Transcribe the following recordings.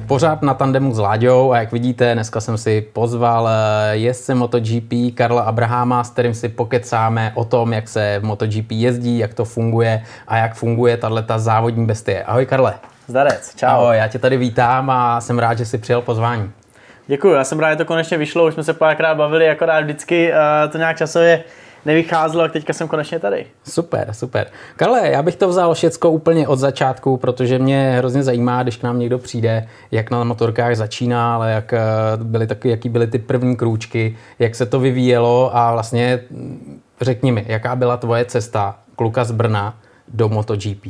Pořád na tandemu s Láďou a jak vidíte, dneska jsem si pozval jezdce MotoGP Karla Abraháma, s kterým si pokecáme o tom, jak se v MotoGP jezdí, jak to funguje a jak funguje tato závodní bestie. Ahoj Karle. Zdarec, čau. Ahoj, já tě tady vítám a jsem rád, že jsi přijal pozvání. Děkuju, já jsem rád, že to konečně vyšlo, už jsme se párkrát bavili, akorát vždycky to nějak časově nevycházelo a teďka jsem konečně tady. Super. Karle, já bych to vzal všecko úplně od začátku, protože mě hrozně zajímá, když k nám někdo přijde, jak na motorkách začíná, ale jaký byly ty první krůčky, jak se to vyvíjelo a vlastně řekni mi, jaká byla tvoje cesta kluka z Brna do MotoGP?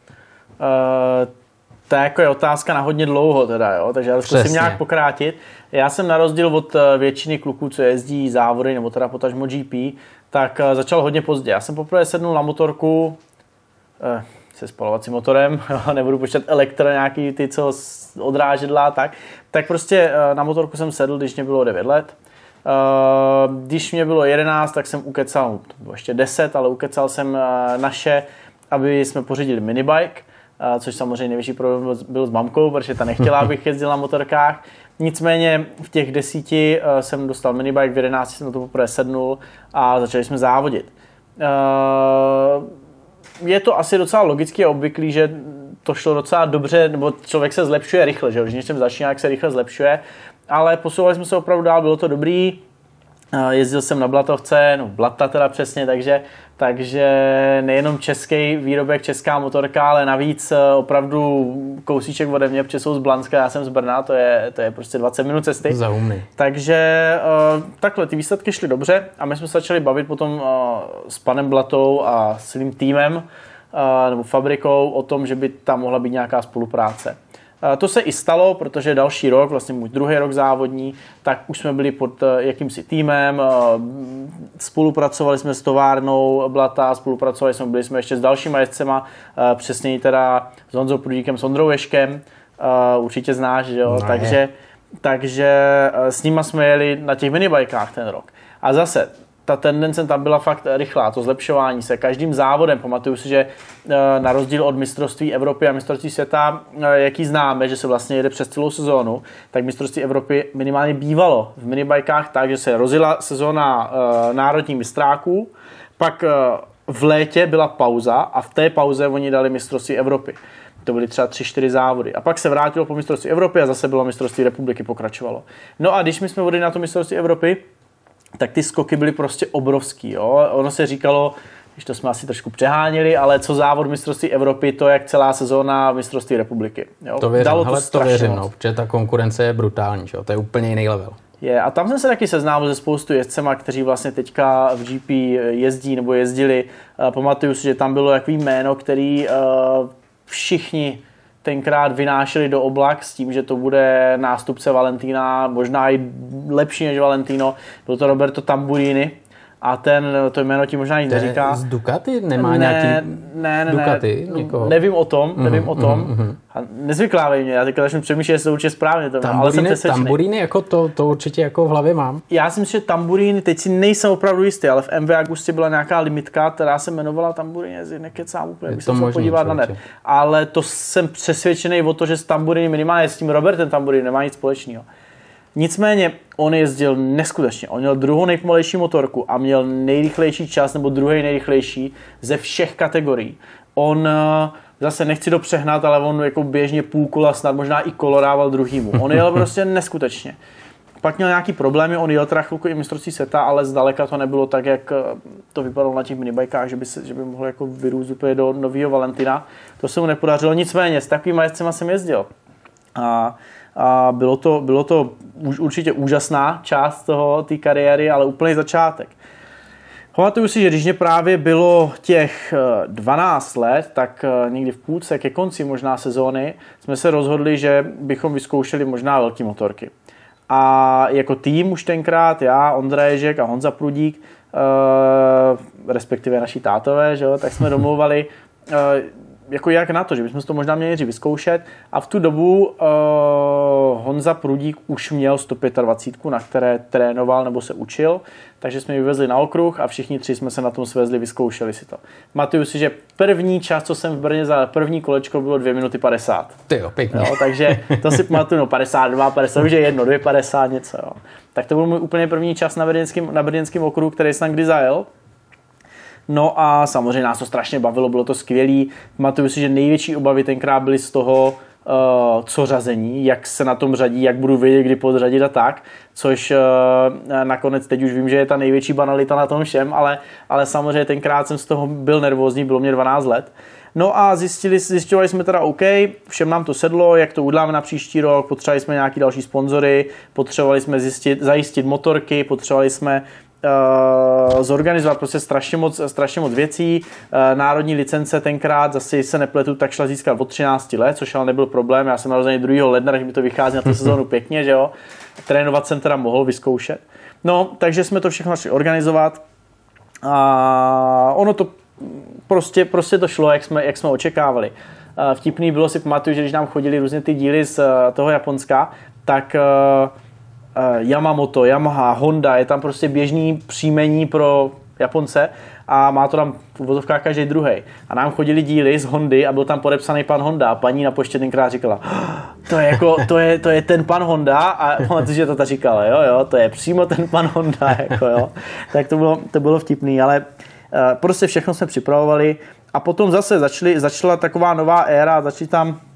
To je otázka na hodně dlouho teda, jo? Takže já zkusím nějak pokrátit. Já jsem na rozdíl od většiny kluků, co jezdí závody, nebo teda potažmo GP, tak začal hodně pozdě. Já jsem poprvé sednul na motorku se spalovacím motorem, nebudu počítat elektro, nějaký ty, co odrážedla, tak prostě na motorku jsem sedl, když mě bylo 9 let. Když mě bylo 11, tak jsem ukecal, to bylo ještě 10, ale ukecal jsem naše, aby jsme pořídili minibike, což samozřejmě největší problém byl s mamkou, protože ta nechtěla, abych jezdil na motorkách. Nicméně v těch 10 jsem dostal minibike, v 11 jsem to poprvé sednul a začali jsme závodit. Je to asi docela logicky a obvyklý, že to šlo docela dobře, nebo člověk se zlepšuje rychle, že když něčem začíná, jak se rychle zlepšuje, ale posouvali jsme se opravdu dál, bylo to dobrý. Jezdil jsem na Blatovce, Blata teda přesně, takže nejenom český výrobek, česká motorka, ale navíc opravdu kousíček ode mě, protože jsou z Blanska, já jsem z Brna, to je prostě 20 minut cesty. Zaumný. Takže takhle, ty výsledky šly dobře a my jsme se začali bavit potom s panem Blatou a s celým týmem nebo fabrikou o tom, že by tam mohla být nějaká spolupráce. To se i stalo, protože další rok, vlastně můj druhý rok závodní, tak už jsme byli pod jakýmsi týmem, spolupracovali jsme s továrnou Blata, byli jsme ještě s dalšíma jezdcema, přesněji teda s Honzou Prudíkem, s Ondrou Ješkem, určitě znáš, že jo, takže s nima jsme jeli na těch minibajkách ten rok. A zase, ta tendence tam byla fakt rychlá, to zlepšování se. Každým závodem, pamatuju si, že na rozdíl od mistrovství Evropy a mistrovství světa, jaký známe, že se vlastně jede přes celou sezónu, tak mistrovství Evropy minimálně bývalo v minibajkách tak, že se rozjela sezóna národních mistráků, pak v létě byla pauza a v té pauze oni dali mistrovství Evropy. To byly třeba 3-4 závody. A pak se vrátilo po mistrovství Evropy a zase bylo mistrovství republiky, pokračovalo. No a když my jsme odjeli na to mistrovství Evropy, tak ty skoky byly prostě obrovský. Jo? Ono se říkalo, když to jsme asi trošku přeháněli, ale co závod mistrovství Evropy, to jak celá sezóna mistrovství republiky. Jo? To věřím, protože ta konkurence je brutální, že? To je úplně jiný level. A tam jsem se taky seznámil se spoustu jezdcema, kteří vlastně teďka v GP jezdí nebo jezdili. Pamatuju si, že tam bylo takový jméno, který všichni tenkrát vynášeli do oblak s tím, že to bude nástupce Valentina, možná i lepší než Valentino. Byl to Roberto Tamburini a to jméno ti možná nic neříká. Z Ducati? Nemá nějaký Ducati? Někoho? Nevím o tom. A nezvyklávej mě, já teďka začnu přemýšlet, jestli to určitě správně, ale jsem přesvědčený. Tamburini, jako to určitě jako v hlavě mám. Já si myslím, že Tamburini, teď si nejsem opravdu jistý, ale v MV Agustě byla nějaká limitka, která se jmenovala Tamburini, nekecám úplně, bych se chtěl podívat na net. Ale to jsem přesvědčený o to, že s Tamburini minimálně s tím Robertem Tamburini nemá nic společného. Nicméně on jezdil neskutečně. On měl druhou nejpomalejší motorku a měl nejrychlejší čas, nebo druhý nejrychlejší ze všech kategorií. On zase nechci to přehnat, ale on jako běžně půl kola, snad možná i kolo dával druhýmu. On jel prostě neskutečně. Pak měl nějaký problémy, on jel teda chvilku i mistrovství světa, ale zdaleka to nebylo tak, jak to vypadalo na těch minibajkách, že by mohl jako vyrůst úplně do nového Valentina. To se mu nepodařilo. Nicméně s takovýma jezdcema jsem jezdil. A bylo to určitě úžasná část té kariéry, ale úplný začátek. Pamatuju si, že když mě právě bylo těch 12 let, tak někdy v půlce, ke konci možná sezóny, jsme se rozhodli, že bychom vyzkoušeli možná velké motorky. A jako tým už tenkrát já, Ondra Ježek a Honza Prudík, respektive naši tátové, že jo, tak jsme domlouvali, jako jak na to, že bychom to možná měli vyzkoušet. A v tu dobu Honza Prudík už měl 125, na které trénoval nebo se učil, takže jsme ji vyvezli na okruh a všichni tři jsme se na tom svezli, vyzkoušeli si to. Pamatuju si, že první čas, co jsem v Brně za první kolečko, bylo 2 minuty 50. Ty jo, pěkně. Jo, takže to si pamatuju, no 52, 50, už je jedno, 2,50 něco. Jo. Tak to byl můj úplně první čas na brněnském okruhu, který jsem kdy zajel. No a samozřejmě nás to strašně bavilo, bylo to skvělý. Pamatuju si, že největší obavy tenkrát byly z toho, co řazení, jak se na tom řadí, jak budu vědět, kdy podřadit a tak, což nakonec teď už vím, že je ta největší banalita na tom všem, ale samozřejmě tenkrát jsem z toho byl nervózní, bylo mě 12 let. No a zjistovali jsme teda OK, všem nám to sedlo, jak to uděláme na příští rok, potřebovali jsme nějaký další sponzory, potřebovali jsme zajistit motorky, potřebovali jsme zorganizovat prostě strašně moc věcí. Národní licence tenkrát, zase se nepletu, tak šla získat od 13 let, což ale nebyl problém. Já jsem narozený 2. ledna, takže mi to vychází na tu sezónu pěkně, že jo. Trénovat jsem teda mohl vyzkoušet. No, takže jsme to všechno začali organizovat. A ono to prostě to šlo, jak jsme očekávali. Vtipný bylo, si pamatuju, že když nám chodili různě ty díly z toho Japonska, tak Yamamoto, Yamaha, Honda, je tam prostě běžný příjmení pro Japonce a má to tam v uvozovkách každý druhý. A nám chodili díly z Hondy a byl tam podepsaný pan Honda a paní na poště tenkrát říkala, to je ten pan Honda a pamatuju, že to říkala, jo, to je přímo ten pan Honda, jako jo. Tak to bylo vtipný, ale prostě všechno jsme připravovali a potom zase začala taková nová éra, začaly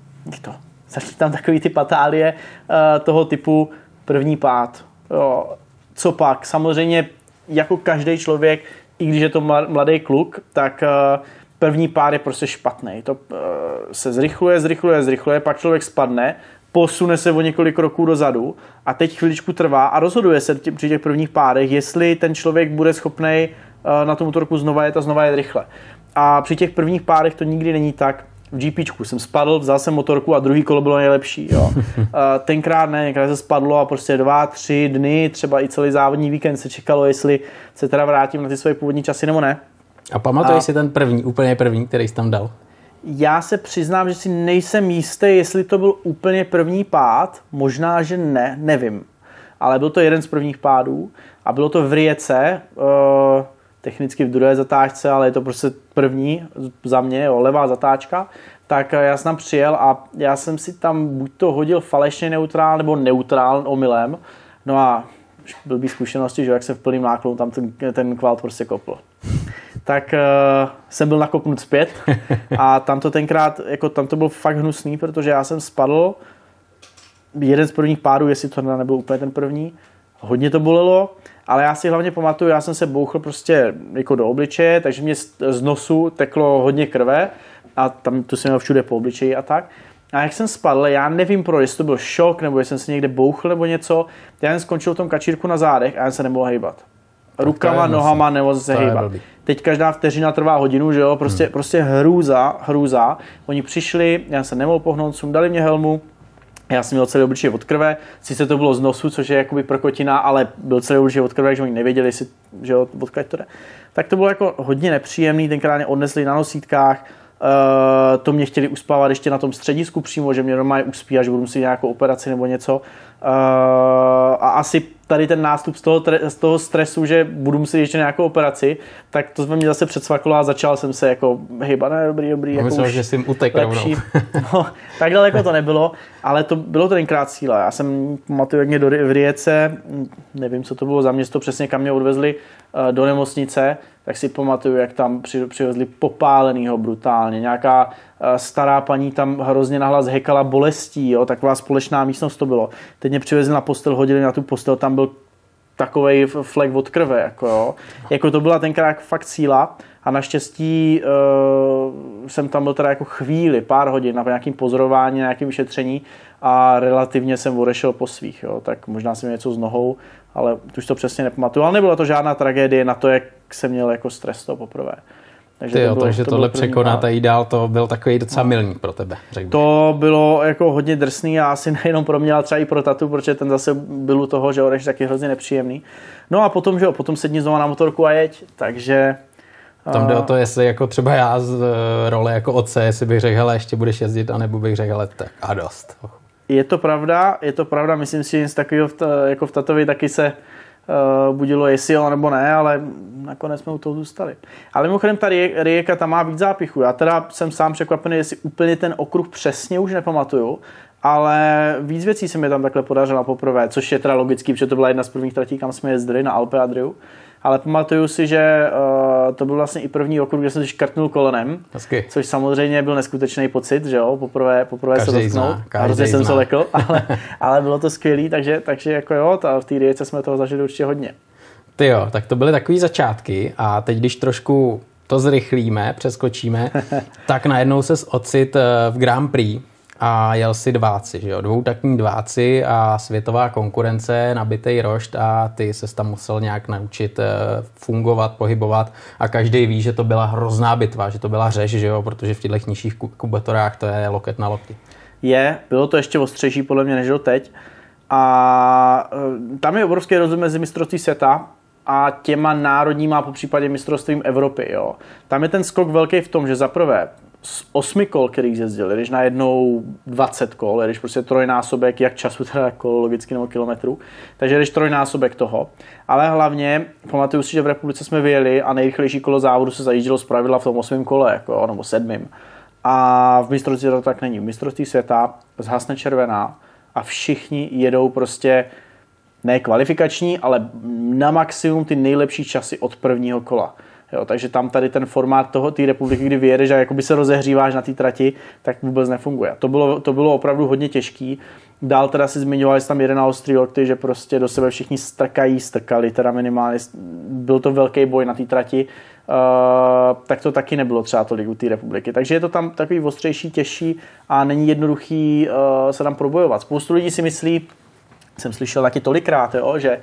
tam takový ty patálie toho typu první pád. Jo. Co pak? Samozřejmě jako každý člověk, i když je to mladý kluk, tak první pád je prostě špatný. To se zrychluje, pak člověk spadne, posune se o několik kroků dozadu a teď chviličku trvá a rozhoduje se při těch prvních pádech, jestli ten člověk bude schopný na tom motorku znova jet rychle. A při těch prvních pádech to nikdy není tak. V GPčku jsem spadl, vzal jsem motorku a druhý kolo bylo nejlepší. Jo. Tenkrát se spadlo a prostě 2-3 dny, třeba i celý závodní víkend se čekalo, jestli se teda vrátím na ty svoje původní časy nebo ne. A pamatuješ si ten úplně první, který jsi tam dal? Já se přiznám, že si nejsem jistý, jestli to byl úplně první pád, možná, že nevím. Ale byl to jeden z prvních pádů a bylo to v Rijece, technicky v druhé zatáčce, ale je to prostě první za mě, levá zatáčka, tak já jsem tam přijel a já jsem si tam buď to hodil falešně neutrál, nebo neutrál omylem, no a blbý zkušenosti, že jak se v plným náklonu tam ten kvalt prostě kopl. Tak jsem byl nakopnut zpět a tam to tenkrát, jako tam to bylo fakt hnusný, protože já jsem spadl jeden z prvních pádů, jestli to nebyl úplně ten první, hodně to bolelo, ale já si hlavně pamatuju, já jsem se bouchl prostě jako do obličeje, takže mě z nosu teklo hodně krve a tam to jsem měl všude po obličeji a tak. A jak jsem spadl, já nevím proč, jestli to byl šok, nebo jestli jsem se někde bouchl nebo něco, já jsem skončil v tom kačírku na zádech a já se nemohl hejbat. Rukama, nohama nemohl se hejbat. Teď každá vteřina trvá hodinu, že jo, prostě hrůza. Oni přišli, já se nemohl pohnout, sundali mě helmu, já jsem měl celý obličej od krve, sice to bylo z nosu, což je jakoby prkotina, ale byl celý obličej od krve, takže oni nevěděli, že odkud to jde. Tak to bylo jako hodně nepříjemný, tenkrát mě odnesli na nosítkách, to mě chtěli uspávat ještě na tom středisku přímo, že mě normálně uspí, až budu muset nějakou operaci nebo něco. A asi tady ten nástup z toho stresu, že budu muset ještě nějakou operaci, tak to jsme mě zase předsvaklo a začal jsem se jako hejbat, dobrý. Jako myslím, že jsem utekl rovnou. No, tak daleko to nebylo, ale to bylo tenkrát síla. Já jsem pamatuju, jak mě v Rijece, nevím, co to bylo za město, přesně kam mě odvezli do nemocnice, tak si pamatuju, jak tam přivezli popálenýho brutálně. Nějaká stará paní tam hrozně nahlas hekala bolestí, jo, taková společná místnost to bylo. Teď mě přivezli na postel, hodili na tu postel, tam byl takovej flek od krve, jako jo. Jako to byla tenkrát fakt síla a naštěstí jsem tam byl teda jako chvíli, pár hodin na nějakým pozorování, na nějakým vyšetření a relativně jsem odešel po svých, jo. Tak možná jsem měl něco s nohou, ale už to přesně nepamatuju. Ale nebyla to žádná tragédie na to, jak jsem měl jako stres to poprvé. Takže tohle překonat a jít dál, to byl takový docela milník pro tebe, řekl. To bylo jako hodně drsný a asi nejenom pro mě, ale třeba i pro tatu, protože ten zase byl u toho, že odeš taky hrozně nepříjemný. No a potom sedni znovu na motorku a jeď, takže Tam jde o to, jestli jako třeba já z role jako otce, jestli bych řekl, hele, ještě budeš jezdit, anebo bych řekl, hele, tak a dost. Je to pravda, myslím si, že nic takového jako v tatovi taky se budilo, jestli jo nebo ne, ale nakonec jsme u toho zůstali. Ale mimochodem ta Rijeka tam má víc zápichů. Já teda jsem sám překvapený, jestli úplně ten okruh přesně už nepamatuju, ale víc věcí se mi tam takhle podařilo poprvé, což je teda logický, protože to byla jedna z prvních tratí, kam jsme jezdili na Alpe Adriu. Ale pamatuju si, že to byl vlastně i první okruh, kde jsem si škrtnul kolenem, což samozřejmě byl neskutečný pocit, že jo, poprvé se dotknout. Hrozně jsem se lekl, ale bylo to skvělý, takže jako jo, v té Rijece jsme toho zažili určitě hodně. Ty jo, tak to byly takový začátky a teď, když trošku to zrychlíme, přeskočíme, tak najednou ses ocit v Grand Prix a jel si dváci, že jo, dvoutaktní dváci a světová konkurence, nabitej rošt a ty ses tam musel nějak naučit fungovat, pohybovat a každý ví, že to byla hrozná bitva, že to byla řeš, že jo, protože v těchto nižších kubatorách to je loket na lokti. Bylo to ještě ostřejší podle mě než doteď a tam je obrovský rozdíl mezi mistrovství světa a těma národníma, popřípadě mistrovstvím Evropy, jo. Tam je ten skok velký v tom, že zaprvé z 8 kol, kterých jezdili, když najednou 20 kol, když prostě trojnásobek jak času, teda kol logicky nebo kilometrů, takže když trojnásobek toho. Ale hlavně, pamatuju si, že v republice jsme vyjeli a nejrychlejší kolo závodu se zajíždělo zpravidla v tom 8. kole, jako, nebo 7. A v mistrovství světa to tak není. V mistrovství světa zhasne červená a všichni jedou prostě ne kvalifikační, ale na maximum ty nejlepší časy od prvního kola. Jo, takže tam tady ten formát té republiky, kdy vyjedeš a jakoby se rozehříváš na té trati, tak vůbec nefunguje. To bylo opravdu hodně těžký. Dál teda si zmiňovali tam jeden na ostrý lokty, že prostě do sebe všichni strkali teda minimálně. Byl to velký boj na té trati, tak to taky nebylo třeba tolik u té republiky. Takže je to tam takový ostřejší, těžší a není jednoduchý se tam probojovat. Spoustu lidí si myslí, jsem slyšel taky tolikrát, jo, že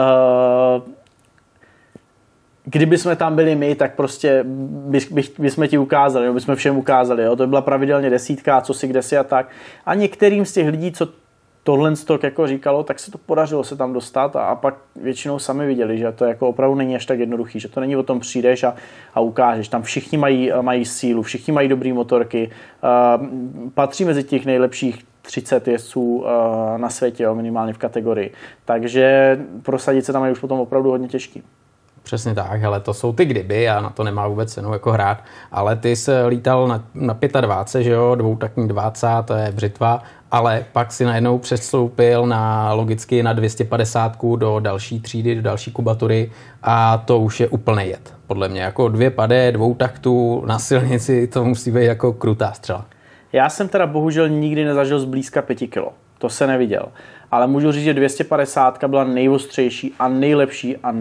kdyby jsme tam byli my, tak prostě bychom ti ukázali, nebo bychom všem ukázali. Jo? To byla pravidelně desítka, co si, kde si a tak. A některým z těch lidí, co tohle stok jako říkalo, tak se to podařilo se tam dostat a pak většinou sami viděli, že to jako opravdu není až tak jednoduchý, že to není o tom přijdeš a ukážeš. Tam všichni mají sílu, všichni mají dobrý motorky, patří mezi těch nejlepších 30 jezdců na světě, jo, minimálně v kategorii. Takže prosadit se tam je už potom opravdu hodně těžký. Přesně tak, hele, to jsou ty kdyby a na to nemá vůbec cenu jako hrát, ale ty jsi lítal na 25, že jo, dvoutaktní 20, to je břitva, ale pak si najednou přestoupil logicky na 250 do další třídy, do další kubatury a to už je úplný jed, podle mě, jako 2 padé, dvoutaktů na silnici, to musí být jako krutá střela. Já jsem teda bohužel nikdy nezažil zblízka 5 kilo, to se neviděl. Ale můžu říct, že 250 byla nejostřejší a nejlepší a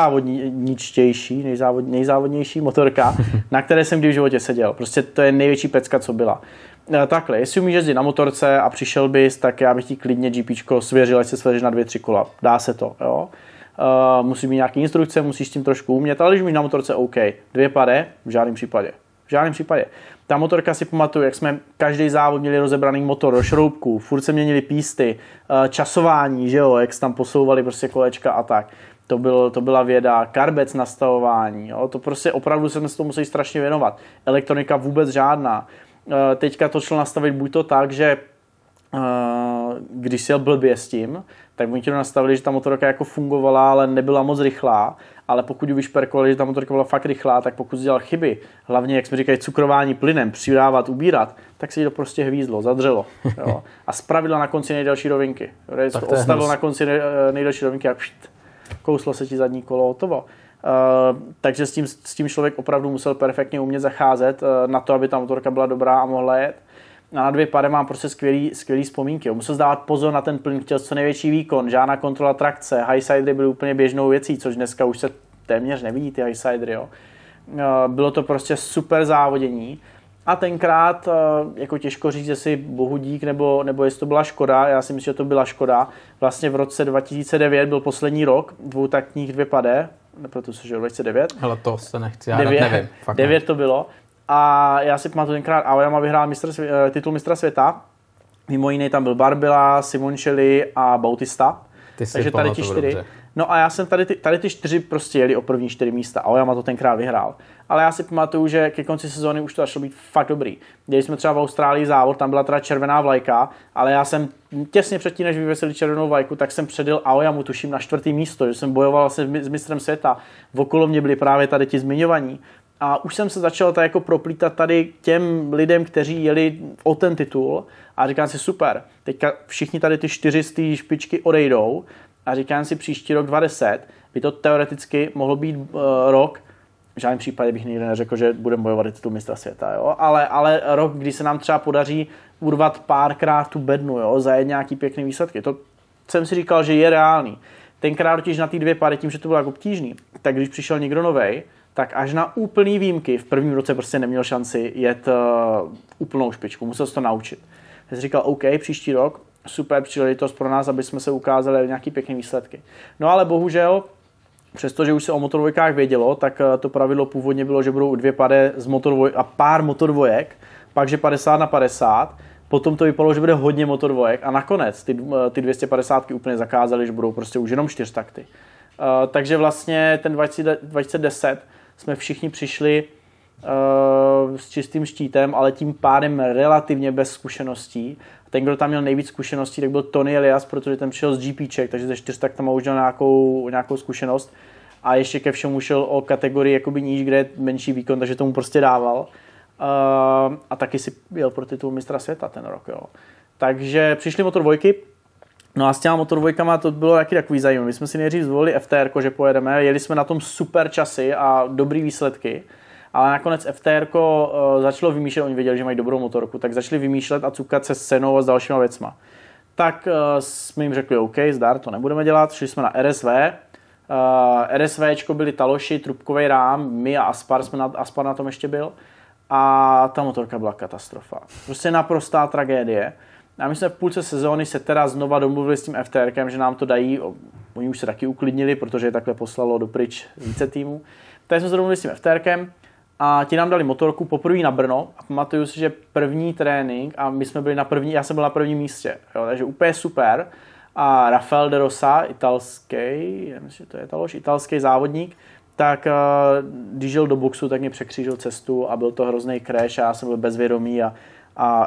nejzávodnější motorka, na které jsem kdy v životě seděl. Prostě to je největší pecka, co byla. Takhle, jestli umíš jezdit na motorce a přišel bys, tak já bych ti klidně GPčko svěřil, ať se svěříš na 2-3 kola. Dá se to, jo. Musí mít nějaké instrukce, musíš s tím trošku umět, ale když umíš na motorce, OK. 2 pade, v žádném případě. V žádném případě. Ta motorka si pamatuju, jak jsme každý závod měli rozebraný motor do šroubků, furt se měnili písty, časování, že jo, jak se tam posouvali prostě kolečka a tak. To byla věda, karbec nastavování, jo, to prostě opravdu jsme se tomu museli strašně věnovat. Elektronika vůbec žádná. Teďka to šlo nastavit buď to tak, že když si jel blbě s tím, tak oni ti to nastavili, že ta motorka jako fungovala, ale nebyla moc rychlá, ale pokud ji vyšperkovali, že ta motorka byla fakt rychlá, tak pokud jsi dělal chyby, hlavně jak jsme říkali cukrování plynem, přidávat, ubírat, tak se ti to prostě hvízlo, zadřelo. Jo. A zpravidla na konci nejdelší rovinky. Odstavil na konci nejdelší rovinky a kouslo se ti zadní kolo, hotovo. Takže s tím člověk opravdu musel perfektně umět zacházet na to, aby ta motorka byla dobrá a mohla jet. A na 2 pade mám prostě skvělý vzpomínky. Musel dávat pozor na ten plyn, chtěl co největší výkon, žádná kontrola trakce, highsidery byly úplně běžnou věcí, což dneska už se téměř nevidí ty highsidery. Jo. Bylo to prostě super závodění a tenkrát, jako těžko říct, jestli bohudík nebo jestli to byla škoda, já si myslím, že to byla škoda. Vlastně v roce 2009 byl poslední rok dvoutaktních 2 pade, protože 2009. Hele, to se nechci, já nevím. 9 to bylo. A já si pamatuju tenkrát, Aoyama vyhrál titul mistra světa. Mimo jiný tam byl Barbilla, Simoncelli a Bautista. Takže tady ti 4. No a já jsem tady ty 4 prostě jeli o první 4 místa a Aoyama to tenkrát vyhrál. Ale já si pamatuju, že ke konci sezóny už to začalo být fakt dobrý. Dělali jsme třeba v Austrálii závod, tam byla teda červená vlajka, ale já jsem těsně předtím, než vyvěsili červenou vlajku, tak jsem předjel Aoyamu, tuším, na 4. místo, že jsem bojoval se s mistrem světa. Okolo mě byli právě tady ti zmiňovaní. A už jsem se začal tak jako proplítat tady těm lidem, kteří jeli o ten titul a říkám si super, teďka všichni tady ty 4 z té špičky odejdou a říkám si příští rok 2010 by to teoreticky mohlo být rok, v žádném případě bych nikdy neřekl, že budeme bojovat titul mistra světa, jo? Ale rok, kdy se nám třeba podaří urvat párkrát tu bednu, jo? Zajet nějaký pěkný výsledky. To jsem si říkal, že je reálný. Tenkrát totiž na ty 2 páry, tím, že to bylo jako obtížný, tak když přišel někdo novej, tak až na úplný výjimky v prvním roce prostě neměl šanci jet úplnou špičku, musel se to naučit. Já jsem říkal, OK, příští rok, super příležitost pro nás, aby jsme se ukázali nějaký pěkný výsledky. No ale bohužel, přestože už se o motordvojkách vědělo, tak to pravidlo původně bylo, že budou 2 pade z a pár motordvojek, pak že 50/50, potom to vypadalo, že bude hodně motordvojek a nakonec ty 250 úplně zakázali, že budou prostě už jenom 4 takty. Takže vlastně ten 2010 jsme všichni přišli s čistým štítem, ale tím pádem relativně bez zkušeností. Ten, kdo tam měl nejvíc zkušeností, tak byl Tony Elias, protože ten přišel z GPček, takže ze 4 tak tam už měl nějakou zkušenost. A ještě ke všemu šel o kategorii jakoby níž, kde je menší výkon, takže tomu prostě dával. A taky si jel pro titul mistra světa ten rok. Jo. Takže přišly motordvojky. No a s těma motordvojkama to bylo taky takový zajímavé. My jsme si nejdřív zvolili FTR, že pojedeme, jeli jsme na tom super časy a dobrý výsledky, ale nakonec FTR začalo vymýšlet, oni věděli, že mají dobrou motorku, tak začali vymýšlet a cukat se s cenou a s dalšíma věcma. Tak jsme jim řekli, OK, zdar, to nebudeme dělat, šli jsme na RSV. RSVčko byli Taloši, trubkový rám, my a Aspar na tom ještě byl. A ta motorka byla katastrofa. Prostě naprostá tragédie. A my jsme v půlce sezóny se teda znova domluvili s tím FTRkem, že nám to dají, oni už se taky uklidnili, protože je takhle poslalo dopryč více týmů. Tak jsme se domluvili s tím FTRkem a ti nám dali motorku poprvé na Brno a pamatuju si, že první trénink a my jsme byli já jsem byl na prvním místě, jo, takže úplně super. A Rafael de Rosa, italský závodník, tak když žil do boxu, tak mě překřížil cestu a byl to hrozný crash a já jsem byl bezvědomý a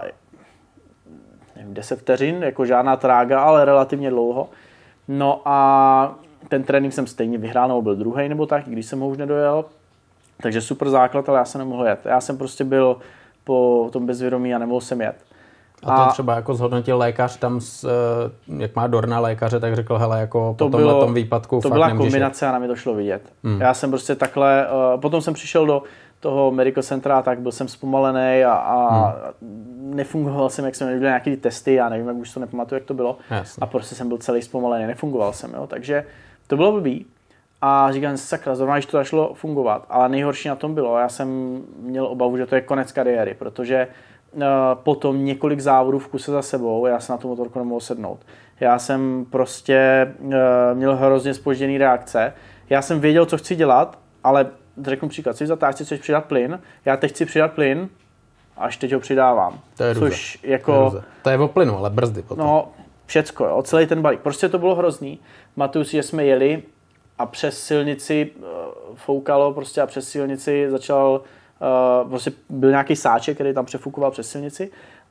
nevím, 10 vteřin, jako žádná trága, ale relativně dlouho. No a ten trénink jsem stejně vyhrál, nebo byl druhý nebo tak, když jsem ho už nedojel. Takže super základ, ale já jsem nemohl jet. Já jsem prostě byl po tom bezvědomí a nemohl jsem jet. A to třeba jako zhodnotil lékař tam, jak má Dorna lékaře, tak řekl, hele, jako po tomhletom výpadku to fakt byla nemůžeš kombinace jet. A na mě to šlo vidět. Já jsem prostě takhle, potom jsem přišel do toho Medical Centra, tak byl jsem zpomalený a nefungoval jsem, jak jsem nedělal nějaký testy, já nevím, jak už to nepamatuju, jak to bylo. Jasně. A prostě jsem byl celý zpomalený, nefungoval jsem, jo. Takže to bylo blbý. A říkám si, sakra, zrovna, když to začalo fungovat. Ale nejhorší na tom bylo, já jsem měl obavu, že to je konec kariéry, protože potom několik závodů v kuse za sebou, já jsem na tu motorku nemohl sednout. Já jsem prostě měl hrozně zpožděný reakce. Já jsem věděl, co chci dělat, ale řeknu příklad, chci v zatáčce, chceš přidat plyn, já teď chci přidat plyn, až teď ho přidávám. To je což jako... To je o plynu, ale brzdy potom. No, všecko, jo, celý ten balík. Prostě to bylo hrozný. Pamatuju si, že jsme jeli a přes silnici foukalo prostě a přes silnici začal, prostě byl nějaký sáček, který tam přefukoval přes silnici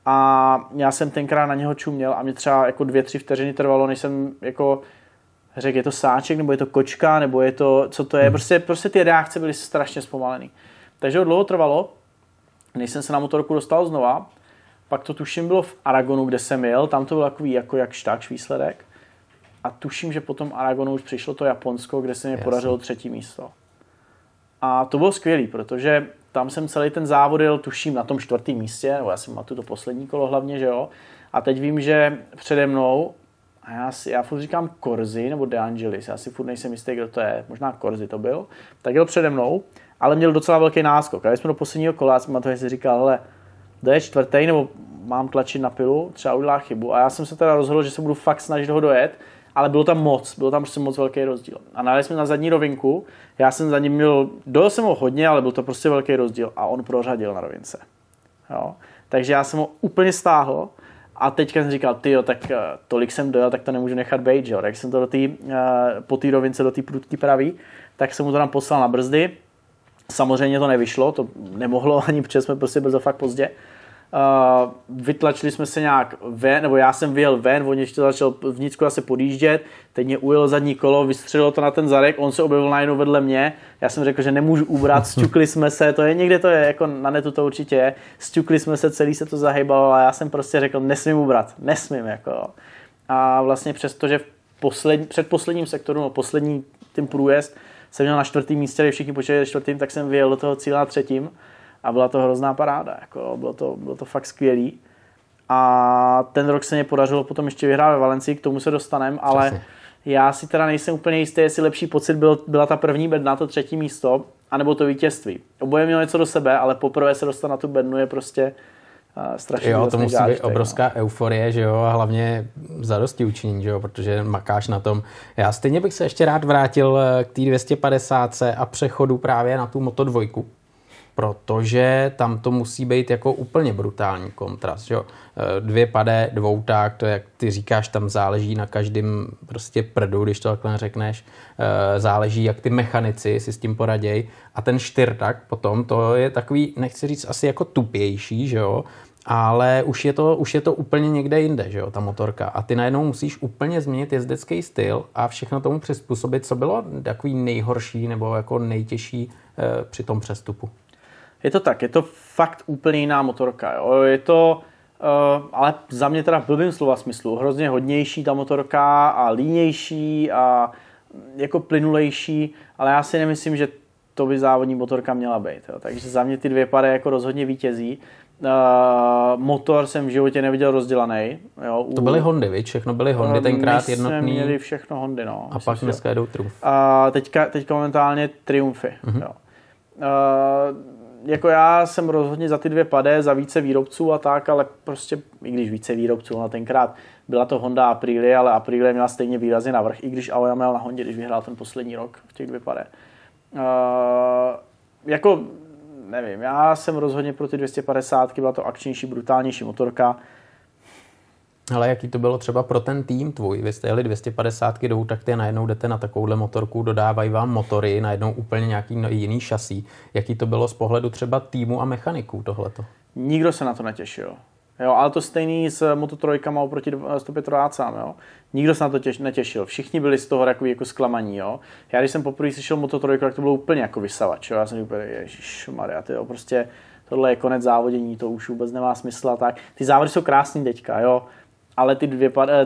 a já jsem tenkrát na něho čuměl a mě třeba jako 2-3 vteřiny trvalo, než jsem jako řekl, je to sáček, nebo je to kočka, nebo je to, co to je. Prostě ty reakce byly strašně zpomalený. Takže dlouho trvalo, než jsem se na motorku dostal znova, pak to tuším bylo v Aragonu, kde jsem jel, tam to byl takový jako jakž takž výsledek. A tuším, že potom Aragonu už přišlo to Japonsko, kde se mi podařilo 3. místo. A to bylo skvělý, protože tam jsem celý ten závod jel, tuším, na tom 4. místě, nebo já jsem matuju to poslední kolo hlavně, že jo. A teď vím, že přede mnou, a já furt říkám Corsi nebo De Angelis, já si furt nejsem jistý, kdo to je, možná Corsi to byl, tak jel přede mnou, ale měl docela velký náskok. A když jsme do posledního kola, já jsem si říkal, hele, doje 4. nebo mám tlačit na pilu, třeba udělá chybu. A já jsem se teda rozhodl, že se budu fakt snažit ho dojet, ale bylo tam prostě moc velký rozdíl. A najeli jsme na zadní rovinku, já jsem za ním dojel jsem ho hodně, ale byl to prostě velký rozdíl a on prořadil na rovince. Jo? Takže já jsem ho úplně stáhl A teďka jsem říkal, tyjo, tak tolik jsem dojel, tak to nemůžu nechat bejt, jo. Tak jsem to po té rovince do té prudky pravý, tak jsem mu to tam poslal na brzdy. Samozřejmě to nevyšlo, to nemohlo ani, protože jsme prostě byli fakt pozdě. Vytlačili jsme se nějak ven, nebo já jsem vyjel ven, on ještě začal vnitřku zase podjíždět, teď mě ujel zadní kolo, vystřelilo to na ten zadek, on se objevil najednou vedle mě, já jsem řekl, že nemůžu ubrat, sťukli jsme se, to je někde, to je, jako na netu to určitě je, sťukli jsme se, celý se to zahybalo a já jsem prostě řekl, nesmím ubrat, nesmím, jako. A vlastně přesto, že před posledním sektoru, no poslední tím průjezd, jsem měl na 4. místě, kde všichni počítali 4., tak jsem vyjel do toho cíle na 3. a byla to hrozná paráda, jako bylo to fakt skvělý. A ten rok se mě podařilo potom ještě vyhrát ve Valencii, k tomu se dostaneme, ale já si teda nejsem úplně jistý, jestli lepší pocit byla ta první bedna, to 3. místo, anebo to vítězství. Oboje mělo něco do sebe, ale poprvé se dostat na tu bednu je prostě strašně. Jo, to musí být obrovská euforie, že jo, a hlavně zadosti učinění, že jo, protože makáš na tom. Já stejně bych se ještě rád vrátil k té 250 a přechodu právě na tu Moto2, protože tam to musí být jako úplně brutální kontrast, že jo. 2 pade, 2 tak, to jak ty říkáš, tam záleží na každém prostě prdu, když to takhle řekneš, záleží, jak ty mechanici si s tím poradějí a ten 4tak potom, to je takový, nechci říct asi jako tupější, že jo, ale už je to úplně někde jinde, že jo, ta motorka. A ty najednou musíš úplně změnit jezdecký styl a všechno tomu přizpůsobit, co bylo takový nejhorší nebo jako nejtěžší při tom přestupu. Je to tak, je to fakt úplně jiná motorka, jo. Je to, ale za mě teda v blbým slova smyslu, hrozně hodnější ta motorka a línější a jako plynulejší, ale já si nemyslím, že to by závodní motorka měla být, jo. Takže za mě ty 2 pady jako rozhodně vítězí. Motor jsem v životě neviděl rozdělaný. To byly Hondy, viď? Všechno byly Hondy, tenkrát jednotný. My jsme měli všechno Hondy, no. A pak dneska jedou Triumph. Teďka momentálně Triumphy, jo. Jako já jsem rozhodně za ty 2 pady, za více výrobců a tak, ale prostě, i když více výrobců, no tenkrát byla to Honda Aprilia, ale Aprilia měla stejně výrazně navrch, i když Aoyama měl na Hondě, když vyhrál ten poslední rok v těch 2 pady. Jako, nevím, já jsem rozhodně pro ty 250, byla to akčnější, brutálnější motorka. Ale jaký to bylo třeba pro ten tým tvůj? Vy jste jeli 250 jdou, tak ty najednou jdete na takovouhle motorku, dodávají vám motory, najednou úplně nějaký jiný šasí. Jaký to bylo z pohledu třeba týmu a mechaniků tohleto? Nikdo se na to netěšil. Jo, ale to stejný s Moto3 oproti 125, jo. Nikdo se na to netěšil. Všichni byli z toho takový jako zklamaní, jo. Já když jsem poprvé slyšel Moto3, tak to bylo úplně jako vysavač, jo. Já jsem úplně, ježišmarja, tyjo, prostě tohle je konec závodění, to už vůbec nemá smysl a tak. Ty závody jsou krásný teďka, jo. Ale ty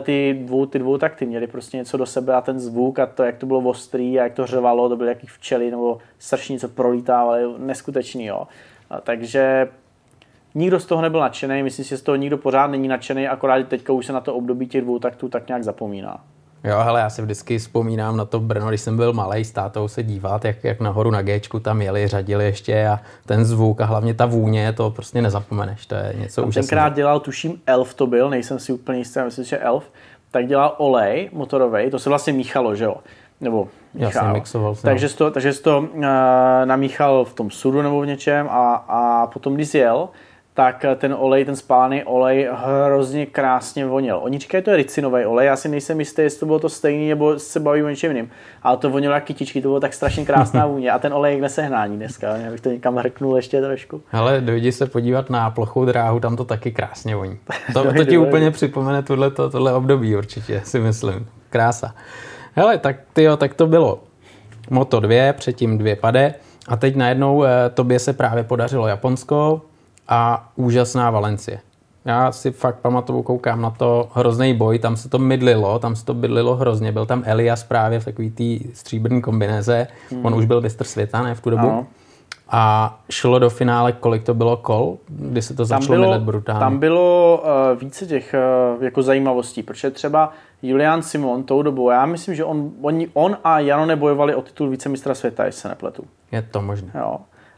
dvou takty měly prostě něco do sebe a ten zvuk a to, jak to bylo ostrý a jak to řevalo, to byly jaký včely nebo sršní, co prolítávaly, neskutečný, jo. A takže nikdo z toho nebyl nadšený, myslím si, že z toho nikdo pořád není nadšený, akorát teďka už se na to období těch 2 taktů tak nějak zapomíná. Jo, hele, já si vždycky vzpomínám na to Brno, když jsem byl malej, s tátou se dívat, jak nahoru na Gčku tam jeli, řadili ještě a ten zvuk a hlavně ta vůně, to prostě nezapomeneš, to je něco úžasného. Tenkrát dělal, tuším, Elf to byl, nejsem si úplně jistý, myslím, že Elf, tak dělal olej motorovej, to se vlastně míchalo, že jo? Nebo míchal. Mixoval jsem. Takže jsi to namíchal v tom sudu nebo v něčem a potom, když jel, tak ten olej, ten spálený olej hrozně krásně voněl. Oni říkají, to je ricinový olej, já si nejsem jistý, jestli to bylo to stejný, nebo se baví o něčem jiným. Ale to vonilo jak kytičky, to bylo tak strašně krásná vůně. A ten olej je k nesehnání dneska, já bych to někam hrknul ještě trošku. Hele, dojdi se podívat na plochou dráhu, tam to taky krásně voní. To ti úplně připomene tohle období určitě, si myslím. Krása. Hele, tak to bylo Moto2, předtím 2 pady a teď najednou tobě se právě podařilo Japonsko a úžasná Valencie. Já si fakt pamatuju, koukám na to, hrozný boj, tam se to bydlilo hrozně. Byl tam Elias právě v takový té stříbrný kombinéze, on už byl mistr světa, ne, v tu dobu. No. A šlo do finále, kolik to bylo kol, kdy se to začalo mydlet brutálně. Tam bylo více těch jako zajímavostí, protože třeba Julian Simon tou dobou, já myslím, že on a Janone bojovali o titul vicemistra světa, jestli se nepletu. Je to možné. Jo.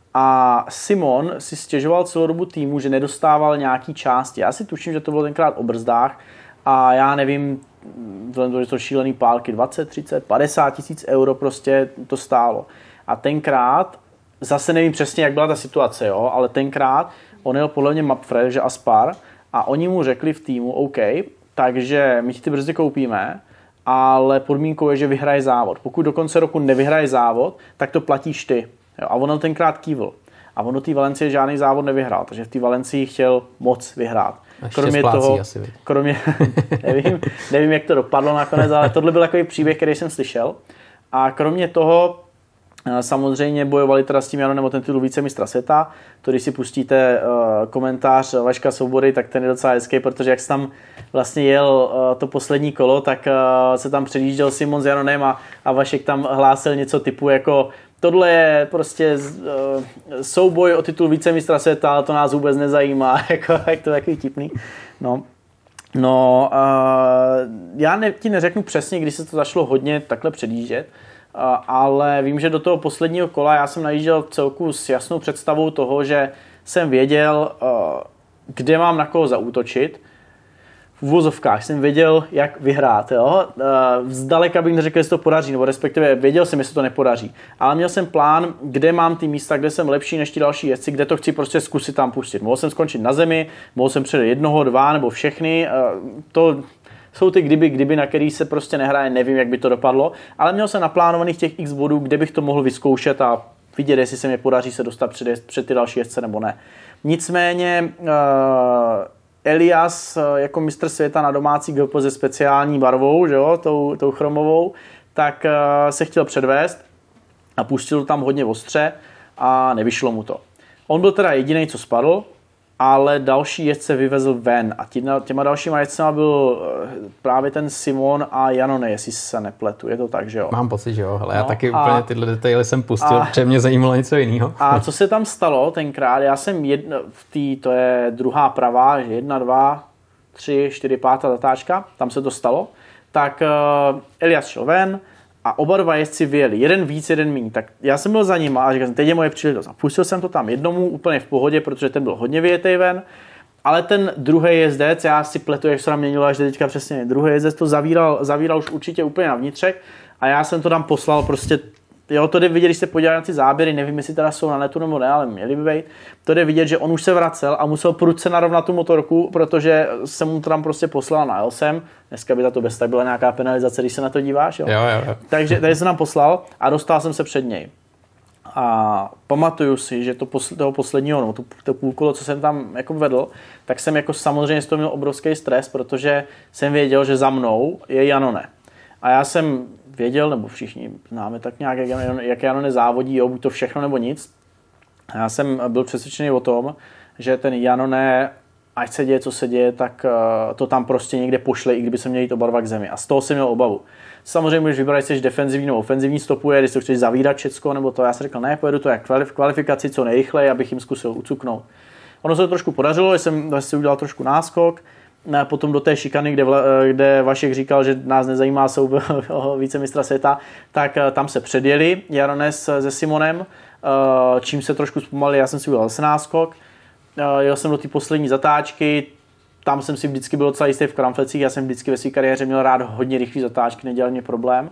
A Simon si stěžoval celou dobu týmu, že nedostával nějaký části. Já si tuším, že to bylo tenkrát o brzdách a já nevím, že to šílený pálky, 20, 30, 50 tisíc euro prostě to stálo. A tenkrát, zase nevím přesně, jak byla ta situace, jo, ale tenkrát on jel podle mě Mapfre, že Aspar, a oni mu řekli v týmu, OK, takže my ti ty brzdy koupíme, ale podmínkou je, že vyhraje závod. Pokud do konce roku nevyhraje závod, tak to platíš ty. Jo, a on tenkrát kývl. A on do té Valencie žádný závod nevyhrál, takže v té Valencii chtěl moc vyhrát. Kromě toho, nevím, jak to dopadlo nakonec, ale tohle byl takový příběh, který jsem slyšel. A kromě toho samozřejmě bojovali teda s tím Janonem o ten titul vicemistra světa. To, když si pustíte komentář Vaška Svobody, tak ten je docela hezký, protože jak se tam vlastně jel to poslední kolo, tak se tam předjížděl Simon s Janonem a Vašek tam hlásil něco typu jako tohle je prostě souboj o titul vicemistra světa, to nás vůbec nezajímá, jako, jak to je takový tipný. Já ti neřeknu přesně, když se to začalo hodně takhle předjíždět, ale vím, že do toho posledního kola já jsem najížděl celku s jasnou představou toho, že jsem věděl, kde mám na koho zaútočit. V uvozovkách jsem věděl, jak vyhrát. Jo? Zdaleka bych neřekl, jestli to podaří, nebo respektive věděl jsem, jestli to nepodaří. Ale měl jsem plán, kde mám ty místa, kde jsem lepší než ti další jezdci, kde to chci prostě zkusit tam pustit. Mohl jsem skončit na zemi, mohl jsem předjet jednoho, dva nebo všechny. To jsou ty kdyby, na který se prostě nehraje, nevím, jak by to dopadlo. Ale měl jsem naplánovaných těch x bodů, kde bych to mohl vyzkoušet a vidět, jestli se mi podaří se dostat před ty další jezdce nebo ne. Nicméně Elias jako mistr světa na domácí GP se speciální barvou, že jo, tou chromovou, tak se chtěl předvést a pustil to tam hodně ostře a nevyšlo mu to. On byl teda jediný, co spadl, ale další jezdce vyvezl ven a těma dalšíma jezdcema byl právě ten Simon a Janone, jestli se nepletu, je to tak, že jo? Mám pocit, že jo, ale já taky úplně tyhle detaily jsem pustil, protože mě zajímalo něco jiného. A co se tam stalo tenkrát, já jsem to je druhá pravá, 1, 2, 3, 4, 5 zatáčka, tam se to stalo, tak Elias šel ven a oba dva jezdci vyjeli, jeden víc, jeden míň, tak já jsem byl za ním a říkal jsem, teď je moje příležitost. A pustil jsem to tam jednomu úplně v pohodě, protože ten byl hodně vyjetej ven, ale ten druhý jezdec, já si pletu, jak se tam měnilo až teďka přesně, druhý jezdec to zavíral už určitě úplně na vnitřek a já jsem to tam poslal prostě, jo, to jde vidět, když se podíváte na ty záběry, nevím, jestli teda jsou na netu nebo ne, ale měli by být, to jde vidět, že on už se vracel a musel prudce narovnat tu motorku, protože jsem mu to tam prostě poslal, najel jsem, dneska by to bez tak byla nějaká penalizace, když se na to díváš, jo. Jo. Takže tady jsem tam poslal a dostal jsem se před něj. A pamatuju si, že toho posledního, no, to půlkolo, co jsem tam jako vedl, tak jsem jako samozřejmě z toho měl obrovský stres, protože jsem věděl, že za mnou je Janone. A já jsem věděl, nebo všichni známe tak nějak, jak Janone závodí, jo, buď to všechno nebo nic. A já jsem byl přesvědčený o tom, že ten Janone, ať se děje, co se děje, tak to tam prostě někde pošle, i kdyby se měl jít oba dva k zemi. A z toho jsem měl obavu. Samozřejmě, když vybereš, jsi defenzivní nebo ofenzivní stopuje, když to chceš zavírat všecko, nebo to, já jsem řekl, ne, pojedu to jak v kvalifikaci co nejrychleji, abych jim zkusil ucuknout. Ono se to trošku podařilo, jsem si udělal trošku náskok, potom do té šikany, kde Vašek říkal, že nás nezajímá souboj o vicemistra světa, tak tam se předjeli Janone se Simonem, čím se trošku zpomalili, já jsem si udělal zase náskok, jel jsem do té poslední zatáčky, tam jsem si vždycky byl docela jistý v kramflecích, já jsem vždycky ve své kariéře měl rád hodně rychlý zatáčky, nedělal mě problém.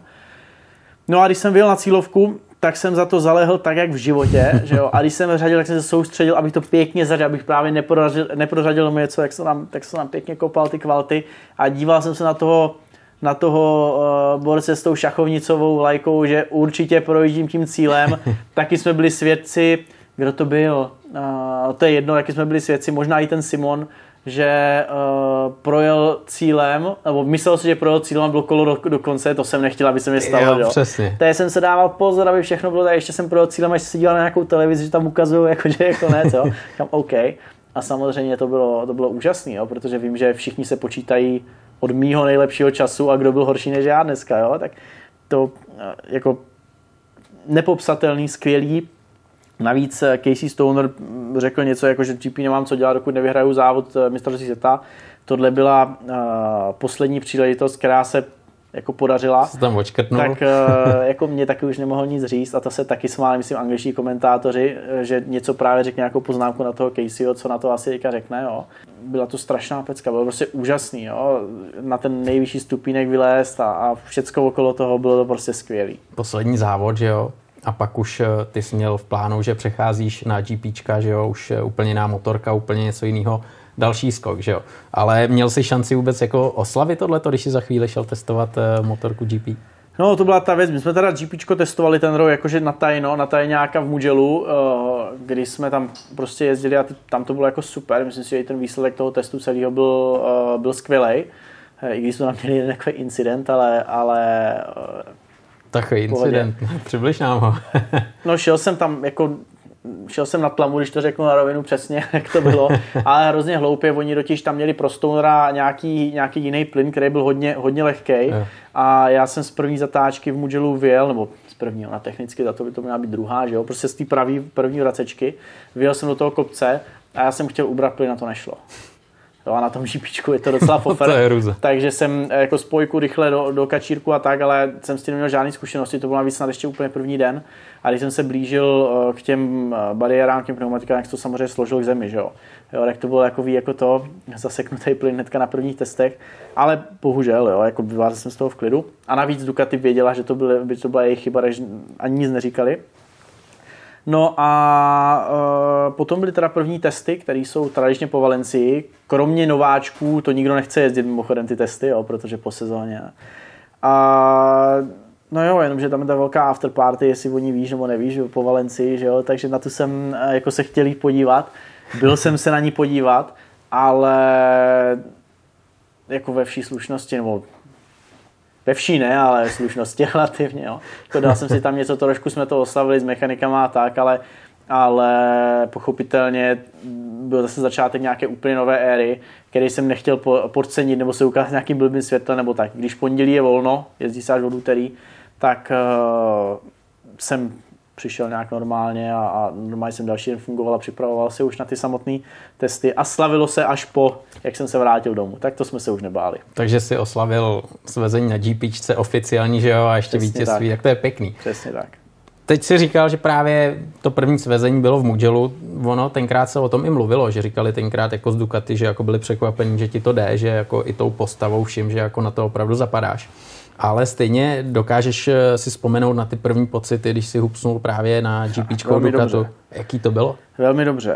No a když jsem vyjel na cílovku, tak jsem za to zalehl tak, jak v životě, že jo? A když jsem řadil, tak jsem se soustředil, abych to pěkně zařadil, abych právě neprořadil mu něco, tak jsem tam pěkně kopal ty kvalty a díval jsem se na toho borce s tou šachovnicovou vlajkou, že určitě projíždím tím cílem. Taky jsme byli svědci, kdo to byl, to je jedno, taky jsme byli svědci, možná i ten Simon, že projel cílem, nebo myslel si, že projel cílem a bylo kolo do konce, to jsem nechtěl, aby se mi stalo. Jo, přesně. Tady jsem se dával pozor, aby všechno bylo, tak ještě jsem projel cílem, až se díval na nějakou televizi, že tam ukazují, jako, že je konec, jo. Říkám, OK. A samozřejmě to bylo úžasné, jo, protože vím, že všichni se počítají od mýho nejlepšího času a kdo byl horší než já dneska, jo, tak to jako nepopsatelný, skvělý. Navíc Casey Stoner řekl něco jako, že GP nemám co dělat, dokud nevyhraju závod mistrovství světa. Tohle byla poslední příležitost, která se jako podařila. Se tam očkrtnul. Tak jako mě taky už nemohl nic říct a to se taky smáli, myslím, angličtí komentátoři, že něco právě řekne nějakou poznámku na toho Caseyho, co na to asi teďka řekne. Jo. Byla to strašná pecka, bylo prostě úžasný. Jo. Na ten nejvyšší stupínek vylézt a všecko okolo toho bylo to prostě skvělý. Poslední závod, že jo? A pak už ty jsi měl v plánu, že přecházíš na GPčka, že jo? Už úplně jiná motorka, úplně něco jiného. další skok, že jo. Ale měl jsi šanci vůbec jako oslavit tohleto, když jsi za chvíli šel testovat motorku GP? No, to byla ta věc. My jsme teda GPčko testovali ten rok jakože na tajňáka v Mugellu, kdy jsme tam prostě jezdili a tam to bylo jako super. Myslím si, že i ten výsledek toho testu celého byl skvělej. I když jsme tam měli jeden takový incident, ale takový incident, přibliž nám ho. No, šel jsem na tlamu, když to řeknu na rovinu přesně, jak to bylo, ale hrozně hloupě, oni totiž tam měli pro Stonera nějaký jiný plyn, který byl hodně lehký a já jsem z první zatáčky v Mugellu vyjel, nebo z první, ona technicky za to by to měla být druhá, že jo, prostě z té první vracečky, vyjel jsem do toho kopce a já jsem chtěl ubrat plyn a to nešlo. Jo, a na tom GPčku je to docela pofer. Takže jsem jako spojku rychle do kačírku a tak, ale jsem s tím neměl žádný zkušenosti, to bylo navíc snad ještě úplně první den. A když jsem se blížil k těm bariérám, k těm pneumatikám, tak to samozřejmě složil k zemi, že jo. Tak to bylo jako to, zaseknutý plyn hnedka na prvních testech, ale bohužel, jo, jako vyvázal jsem z toho v klidu. A navíc Ducati věděla, že to byla jejich chyba, takže ani nic neříkali. No a potom byly teda první testy, které jsou tradičně po Valencii. Kromě nováčků to nikdo nechce jezdit mimochodem ty testy, jo, protože po sezóně. A no jo, jenomže tam je ta velká afterparty, jestli o ní víš nebo nevíš, po Valencii, že jo, takže na tu jsem jako se chtěl jít podívat. Byl jsem se na ní podívat, ale jako ve vší slušnosti, nebo ve vší ne, ale slušnosti relativně. Jo. Dal jsem si tam něco, trošku jsme to oslavili s mechanikama a tak, ale pochopitelně byl zase začátek nějaké úplně nové éry, který jsem nechtěl podcenit nebo se ukázat nějakým blbým světlem nebo tak. Když pondělí je volno, jezdí se až od úterý, tak jsem přišel nějak normálně a normálně jsem další den fungoval a připravoval se už na ty samotné testy a slavilo se až po, jak jsem se vrátil domů. Tak to jsme se už nebáli. Takže si oslavil svezení na GPčce oficiální, že jo, a ještě vítězství, tak to je pěkný. Přesně tak. Teď si říkal, že právě to první svezení bylo v Mugellu. Ono tenkrát se o tom i mluvilo, že říkali tenkrát jako z Ducati, že jako byli překvapení, že ti to jde, že jako i tou postavou všim, že jako na to opravdu zapadáš. Ale stejně dokážeš si vzpomenout na ty první pocity, když si hupsnul právě na GPčkou Ducatu. Dobře. Jaký to bylo? Velmi dobře.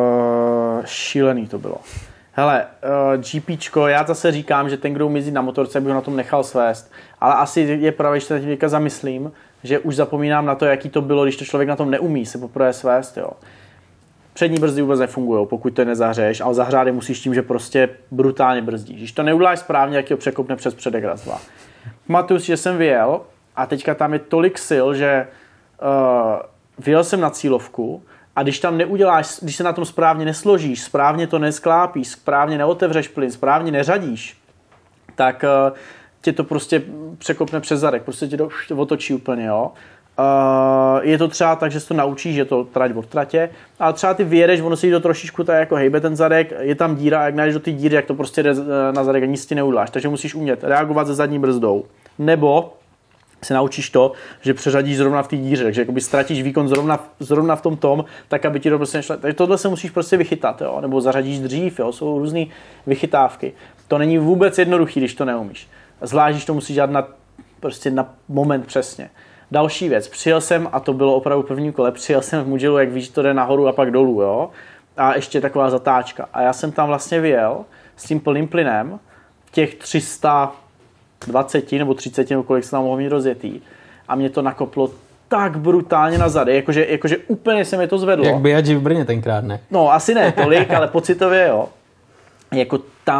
Šílený to bylo. Hele, GPčko, já zase říkám, že ten, kdo umí na motorce, bych ho na tom nechal svést. Ale asi je pravda, že se teďka zamyslím, že už zapomínám na to, jaký to bylo, když to člověk na tom neumí se poprvé svést. Jo. Přední brzdy vůbec nefungují, pokud to nezahřeješ, ale zahřát je musíš tím, že prostě brutálně brzdíš. Když to neuděláš správně, jak ho překopne přes předek raz, dva. Pamatuju si, že jsem vyjel a teďka tam je tolik sil, že vyjel jsem na cílovku a když tam neuděláš, když se na tom správně nesložíš, správně to nesklápíš, správně neotevřeš plyn, správně neřadíš, tak tě to prostě překopne přes zadek, prostě tě to otočí úplně, jo. Je to třeba tak, že se to naučíš, že to trať od tratě, ale třeba ty vyjedeš, ono si to trošičku tak jako hejbe ten zadek, je tam díra a jak najdeš do té díry, jak to prostě jde na zadek a nic ti neuděláš, takže musíš umět reagovat se zadní brzdou, nebo se naučíš to, že přeřadíš zrovna v té díře, takže jakoby ztratíš výkon zrovna v tom, tak aby ti to prostě nešlo. Takže tohle se musíš prostě vychytat, jo? Nebo zařadíš dřív, jo? Jsou různé vychytávky. To není vůbec jednoduchý, když to neumíš. Zvlášť, když to musíš dělat prostě na moment přesně. Další věc, přijel jsem, a to bylo opravdu prvním kole, přijel jsem v Mugellu, jak víš, to jde nahoru a pak dolů, jo? A ještě taková zatáčka. A já jsem tam vlastně vyjel s tím plným plynem v těch 320 nebo 30, nebo kolik se tam mohlo mít rozjetý. A mě to nakoplo tak brutálně na zady, jakože úplně se mi to zvedlo. Jak Biaggi v Brně tenkrát, ne? No, asi ne tolik, ale pocitově, jo. Jako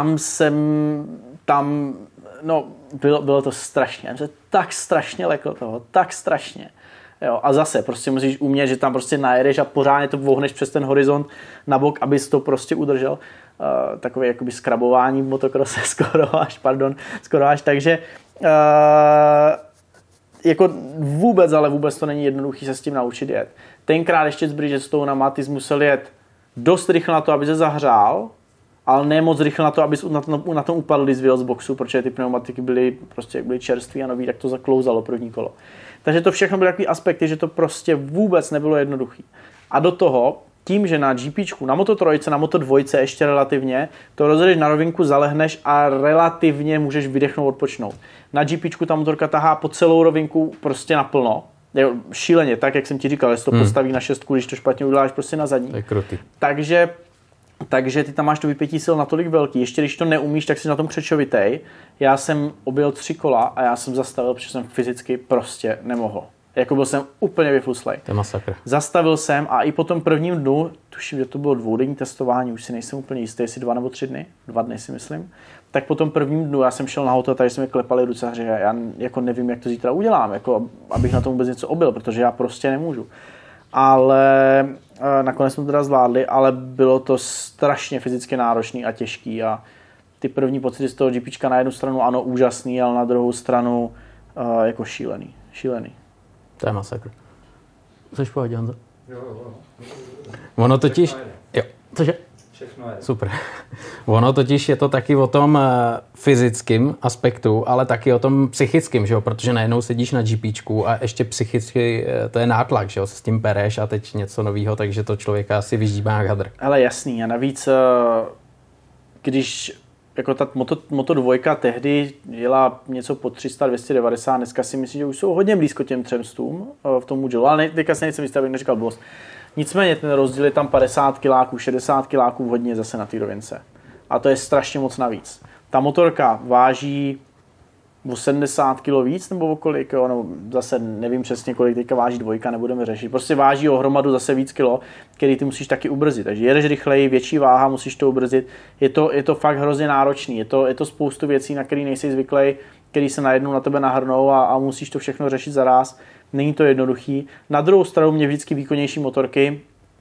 bylo to strašně. Já jsem se tak strašně lekl toho, tak strašně. Jo, a zase prostě musíš umět, že tam prostě najedeš a pořádně to vohneš přes ten horizont na bok, abys to prostě udržel. Takové jakoby skrabování v motokrose skoro až. Takže jako vůbec to není jednoduchý se s tím naučit jet. Tenkrát ještě s Bridgestonama ty jsi musel jet dost rychle na to, aby se zahřál, ale ne moc rychle na to, aby na tom upadl, když vyjel z boxu, protože ty pneumatiky byly čerství a nový, tak to zaklouzalo první kolo. Takže to všechno byly takový aspekty, že to prostě vůbec nebylo jednoduchý. A do toho, tím, že na GPčku, na Moto3, na Moto2 ještě relativně, to rozjedeš na rovinku, zalehneš a relativně můžeš vydechnout, odpočnout. Na GPčku ta motorka tahá po celou rovinku prostě naplno. Šíleně, tak jak jsem ti říkal, jestli to postaví na šestku, když to špatně uděláš prostě na zadní. To je krutý. Takže Takže ty tam máš to vypětí sil natolik velký, ještě když to neumíš, tak si na tom křečovitej. Já jsem objel 3 kola a já jsem zastavil, protože jsem fyzicky prostě nemohl. Jako byl jsem úplně vyfluslej. To je masakr. Zastavil jsem a i po tom prvním dnu, tuším, že to bylo 2denní testování, už si nejsem úplně jistý, jestli 2 nebo 3 dny, 2 dny si myslím, tak po tom prvním dnu já jsem šel na hotel, takže jsme mi klepali ruce a říkali, já jako nevím, jak to zítra udělám, jako abych na tom vůbec něco objel, protože já prostě nemůžu. Ale nakonec jsme to teda zvládli, ale bylo to strašně fyzicky náročný a těžký a ty první pocity z toho GPčka na jednu stranu ano, úžasný, ale na druhou stranu jako šílený. To je masakr. Což pohodě, Honzo? Jo. Ono totiž... Jo, cože? Všechno je. Super. Ono totiž je to taky o tom fyzickém aspektu, ale taky o tom psychickém, že jo? Protože najednou sedíš na GPčku a ještě psychicky to je nátlak, že jo? Se s tím pereš a teď něco novýho, takže to člověka asi vyždíbá jak hadr. Ale jasný a navíc, když jako ta Moto2 tehdy jela něco po 300, 290, dneska si myslím, že už jsou hodně blízko těm 300 v tom Mugellu, ale teďka se nejsem jistý, abych neříkal blbost. Nicméně ten rozdíl je tam 50 kiláků, 60 kiláků hodně zase na té rovince. A to je strašně moc navíc. Ta motorka váží o 70 kg víc nebo o kolik, no, zase nevím přesně kolik teďka váží 2, nebudeme řešit. Prostě váží o hromadu zase víc kilo, který ty musíš taky ubrzdit. Takže jedeš rychleji, větší váha, musíš to ubrzdit. Je to fakt hrozně náročný. Je to spoustu věcí, na které nejsi zvyklý, který se najednou na tebe nahrnou a musíš to všechno řešit zaráz. Není to jednoduchý. Na druhou stranu mě vždycky výkonnější motorky,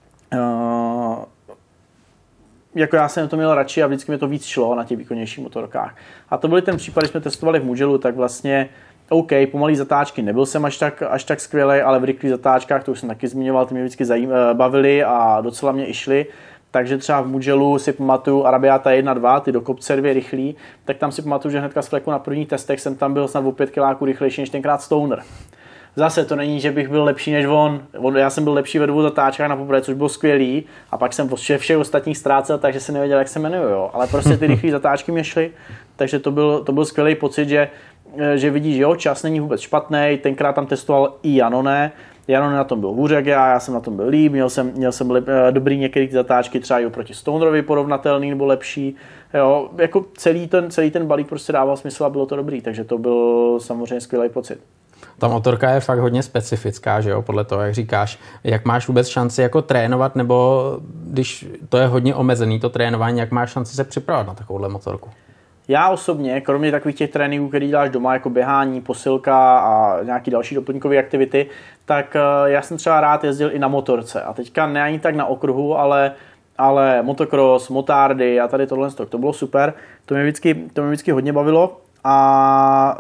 jako já jsem to měl radši a vždycky mi to víc šlo na těch výkonnějších motorkách. A to byl ten případ, když jsme testovali v Mugellu, tak vlastně OK, pomalý zatáčky, nebyl jsem až tak skvělej, ale v rychlých zatáčkách, to už jsem taky zmiňoval, ty mě vždycky bavily a docela mě i šly. Takže třeba v Mugellu si pamatuju Arabiata 1-2, ty do kopce 2 rychlý, tak tam si pamatuju, že hnedka z fleku na prvních testech jsem tam byl snad o 5 kiláků rychlejší než tenkrát Stoner. Zase to není, že bych byl lepší než on. Já jsem byl lepší ve 2 zatáčkách na poprvé, což bylo skvělý, a pak jsem všech ostatních ztrácel, takže jsem nevěděl, jak se jmenuju. Jo. Ale prostě ty rychlé zatáčky mě šly, takže to byl skvělý pocit, že vidíš, jo, čas není vůbec špatný. Tenkrát tam testoval i Janone. Janone na tom byl hůř jak já jsem na tom byl líp, měl jsem dobrý některé zatáčky, třeba i oproti Stonerovi porovnatelný nebo lepší. Jo, jako celý ten balík prostě dával smysl a bylo to dobrý, takže to byl samozřejmě skvělý pocit. Ta motorka je fakt hodně specifická, že jo, podle toho, jak říkáš. Jak máš vůbec šanci jako trénovat, nebo když to je hodně omezený, to trénování, jak máš šanci se připravovat na takovouhle motorku? Já osobně, kromě takových těch tréninků, který děláš doma, jako běhání, posilka a nějaký další doplňkové aktivity, tak já jsem třeba rád jezdil i na motorce. A teďka ne ani tak na okruhu, ale motocross, motardy a tady tohle, to bylo super. To mě vždycky hodně bavilo a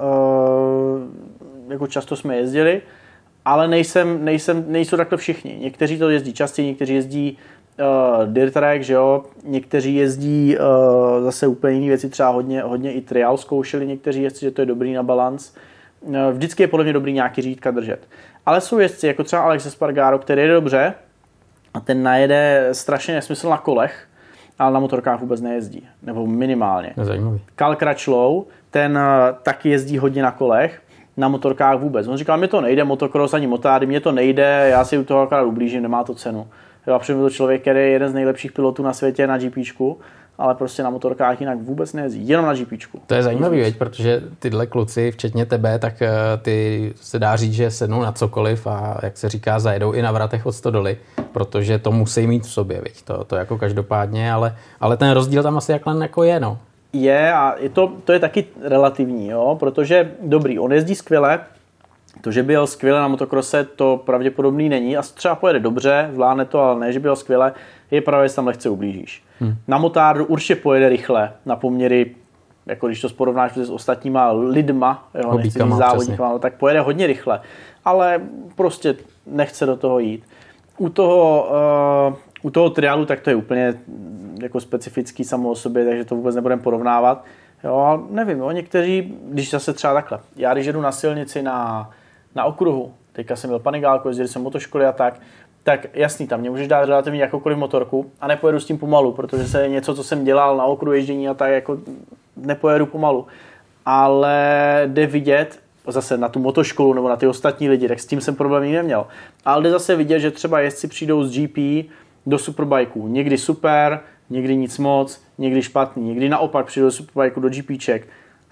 jako často jsme jezdili, ale nejsou takhle všichni. Někteří to jezdí častěji, někteří jezdí dirt track, že jo, někteří jezdí zase úplně jiné věci, třeba hodně i trial zkoušeli někteří jezdci, že to je dobrý na balans. Vždycky je podle mě dobrý nějaký řídka držet. Ale jsou jezdci, jako třeba Alex Espargaro, který jede dobře a ten najede strašně nesmysl na kolech, ale na motorkách vůbec nejezdí, nebo minimálně. Zajímavý. Cal Crutchlow, ten taky jezdí hodně na kolech, na motorkách vůbec. On říkal, mě to nejde, motocross ani motády, mě to nejde, já si u toho akorát ublížím, nemá to cenu. Jo, a přitom to člověk, který je jeden z nejlepších pilotů na světě na GPčku, ale prostě na motorkách jinak vůbec nejezdí, jenom na GPčku. To je zajímavý, veď, protože tyhle kluci, včetně tebe, tak ty se dá říct, že sednou na cokoliv a jak se říká, zajedou i na vratech od stodoly, protože to musí mít v sobě, veď. To jako každopádně, ale ten rozdíl tam asi jakhle jako je, no. Je a to je taky relativní, jo, protože dobrý, on jezdí skvěle, to, že byl skvěle na motokrose, to pravděpodobný není a třeba pojede dobře, zvládne to, ale ne, že byl skvěle, je pravě, že tam lehce ublížíš. Na motárdu určitě pojede rychle, na poměry, jako když to porovnáš s ostatníma lidma, jo, nechci říct závodníkama, tak pojede hodně rychle, ale prostě nechce do toho jít. U toho triálu tak to je úplně jako specifický samo o sobě, takže to vůbec nebudeme porovnávat. Jo, nevím, jo, někteří, když zase třeba takhle, já když jedu na silnici na okruhu, teďka jsem měl panigálku, jezdil jsem motoškoly a tak jasný, tam mě můžeš dát relativně jakoukoliv motorku a nepojedu s tím pomalu, protože se něco, co jsem dělal na okruhu ježdění a tak jako nepojedu pomalu. Ale jde vidět, zase na tu motoškolu nebo na ty ostatní lidi, tak s tím jsem problém neměl. Ale jde zase vidět, že třeba jezdci přijdou z GP do superbikeů. Někdy super, někdy nic moc, někdy špatný, někdy naopak přijdu do Superbikeu, do GPček,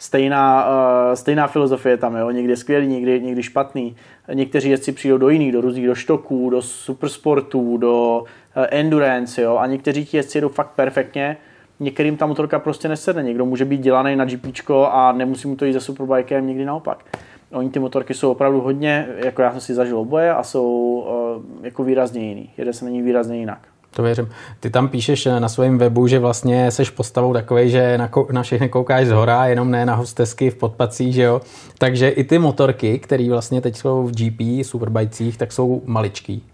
stejná filozofie tam, jo, někdy skvělý, někdy špatný. Někteří jezdci přijdou do jiných, do různých, do štoků, do supersportů, do endurance, jo, a někteří ti jezdci jedou fakt perfektně, některým ta motorka prostě nesedne. Někdo může být dělaný na GPčko a nemusí mu to jít za Superbikem, někdy naopak. Oni ty motorky jsou opravdu hodně, jako já jsem si zažil oboje a jsou jako výrazně jiný. Jede se na nich výrazně jinak. To věřím. Ty tam píšeš na svém webu, že vlastně seš postavou takovej, že na všechny koukáš zhora, jenom ne na hostesky v podpacích, že jo. Takže i ty motorky, které vlastně teď jsou v GP, Superbikecích, tak jsou maličký.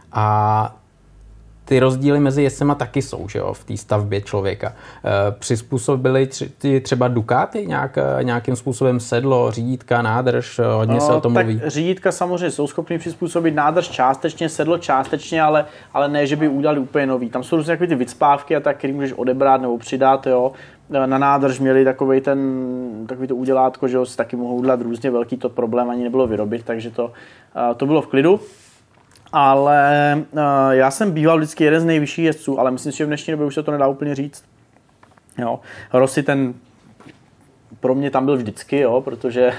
A ty rozdíly mezi jezdcema taky jsou, že jo, v té stavbě člověka. Přizpůsobili třeba Ducati nějakým způsobem sedlo, řídítka, nádrž, hodně se o tom mluví. Tak řídítka samozřejmě jsou schopný přizpůsobit nádrž částečně, sedlo částečně, ale ne, že by udělali úplně nový. Tam jsou různě ty vycpávky a tak, který můžeš odebrat nebo přidat, jo. Na nádrž měli takový to udělátko, že jo, si taky mohou udělat různě velký, to problém ani nebylo vyrobit, takže to bylo v klidu. Ale já jsem býval vždycky jeden z nejvyšších jezdců, ale myslím si, že v dnešní době už se to nedá úplně říct. Jo. Rossi ten pro mě tam byl vždycky, jo, protože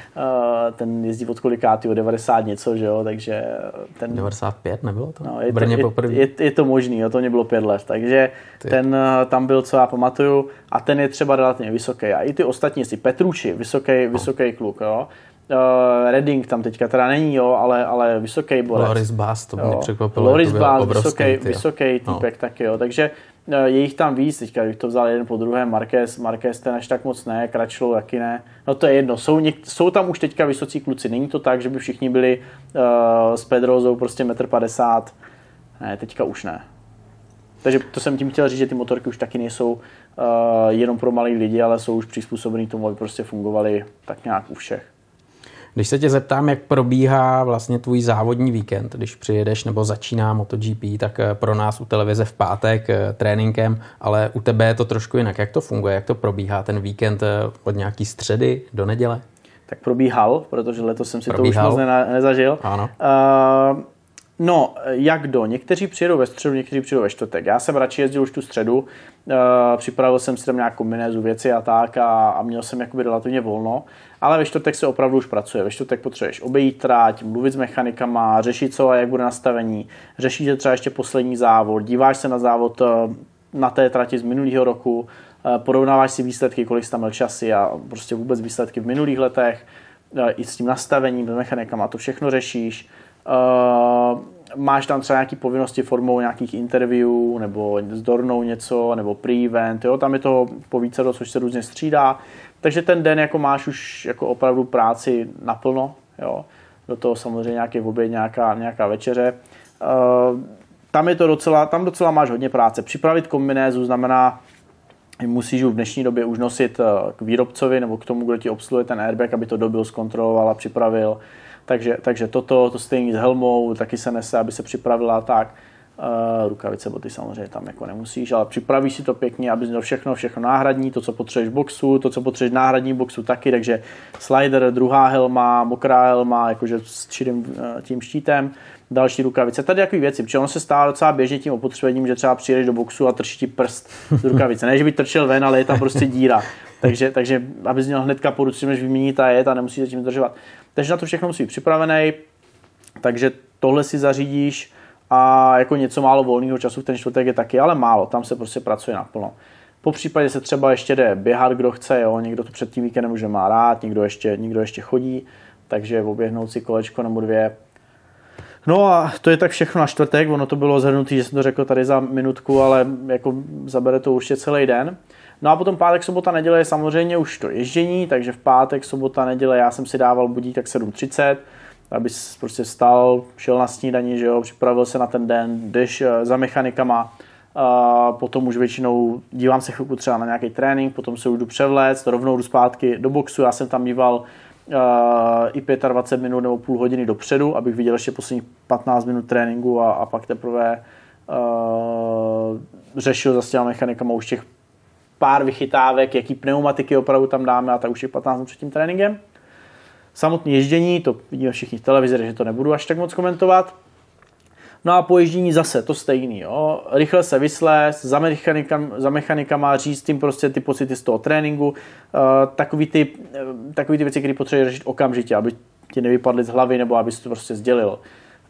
ten jezdí od kolikátýho, 90 něco, že jo, takže ten... 95 nebylo to? No, je to možný, jo, to mě bylo 5 let, takže ten tam byl, co já pamatuju, a ten je třeba relativně vysoký. A i ty ostatní, jestli Petrucci, vysoký kluk, jo. Redding tam teďka teda není, jo, ale vysoký borec. Loris Bass, to mě překvapilo. Loris Bass, vysoký týpek taky, jo, takže je jich tam víc, teďka bych to vzal jeden po druhém, Marquez ten až tak moc ne, Crutchlow taky ne, no to je jedno, jsou tam už teďka vysocí kluci, není to tak, že by všichni byli s Pedrozou prostě 1,50 m, ne, teďka už ne. Takže to jsem tím chtěl říct, že ty motorky už taky nejsou jenom pro malý lidi, ale jsou už přizpůsobený tomu, aby prostě fungovaly tak nějak u všech. Když se tě zeptám, jak probíhá vlastně tvůj závodní víkend, když přijedeš nebo začíná MotoGP, tak pro nás u televize v pátek tréninkem, ale u tebe je to trošku jinak. Jak to funguje? Jak to probíhá ten víkend od nějaký středy do neděle? Tak probíhal, protože letos jsem si to už moc nezažil. Ano. No, jak do? Někteří přijedou ve středu, někteří přijedou ve čtvrtek. Já jsem radši jezdil už tu středu, připravil jsem si tam nějakou kombinézu věci a tak a měl jsem jakoby relativně volno, ale ve čtvrtek se opravdu už pracuje. Ve čtvrtek potřebuješ obejít trať, mluvit s mechanikama, řešit co a jak bude nastavení, řešíte třeba ještě poslední závod, díváš se na závod na té trati z minulého roku, porovnáváš si výsledky, kolik jsi tam měl časy a prostě vůbec výsledky v minulých letech, i s tím nastavením, s mechanikama, to všechno řešíš. Máš tam třeba nějaké povinnosti formou nějakých interview nebo s Dornou něco, nebo pre-event, jo? Tam je to po vícero, což se různě střídá. Takže ten den jako máš už jako opravdu práci naplno, jo? Do toho samozřejmě nějaký oběd, nějaká večeře. Tam docela máš hodně práce. Připravit kombinézu znamená, musíš v dnešní době už nosit k výrobcovi nebo k tomu, kdo ti obsluhuje ten airbag, aby to dobil, zkontroloval a připravil. Takže to stejný s helmou, taky se nese, aby se připravila tak. Rukavice, boty samozřejmě tam jako nemusíš, ale připravíš si to pěkně, aby měl všechno náhradní, to, co potřebuješ v boxu, to, co potřebuješ náhradní boxu taky, takže slider, druhá helma, mokrá helma, jakože s tím štítem, další rukavice, tady jaký věci, protože ono se stává docela běžně tím opotřebením, že třeba přijedeš do boxu a trčí ti prst z rukavice, ne, že by trčel ven, ale je tam prostě díra, takže abys měl hnedka po ruce, než vyměnit a jet a nemusíš se tím zdržovat. Takže na to všechno musí být připravený, takže tohle si zařídíš a jako něco málo volného času v ten čtvrtek je taky, ale málo, tam se prostě pracuje naplno. Po případě se třeba ještě jde běhat, kdo chce, jo, někdo to před tím víkendem už má rád, někdo ještě chodí, takže oběhnout si kolečko nebo 2. No a to je tak všechno na čtvrtek, ono to bylo zhrnutý, že jsem to řekl tady za minutku, ale jako zabere to určitě celý den. No a potom pátek, sobota, neděle je samozřejmě už to ježdění, takže v pátek, sobota, neděle já jsem si dával budík tak 7:30, aby prostě vstal, šel na snídani, že jo, připravil se na ten den, jdeš za mechanikama, potom už většinou dívám se chvilku třeba na nějaký trénink, potom se už jdu převléct, rovnou jdu zpátky do boxu, já jsem tam díval i 25 minut nebo půl hodiny dopředu, abych viděl ještě posledních 15 minut tréninku a pak teprve řešil za s těma mechanikama už těch pár vychytávek, jaký pneumatiky opravdu tam dáme a tak už je 15 minut před tím tréninkem. Samotné ježdění, to vidíme všichni v televizi, že to nebudu až tak moc komentovat. No a poježdění zase to stejný, jo. Rychle se vyslézt, za mechanikama říct tím prostě ty pocity z toho tréninku, takový ty věci, které potřebuješ řešit okamžitě, aby ti nevypadly z hlavy nebo aby si to prostě sdělil.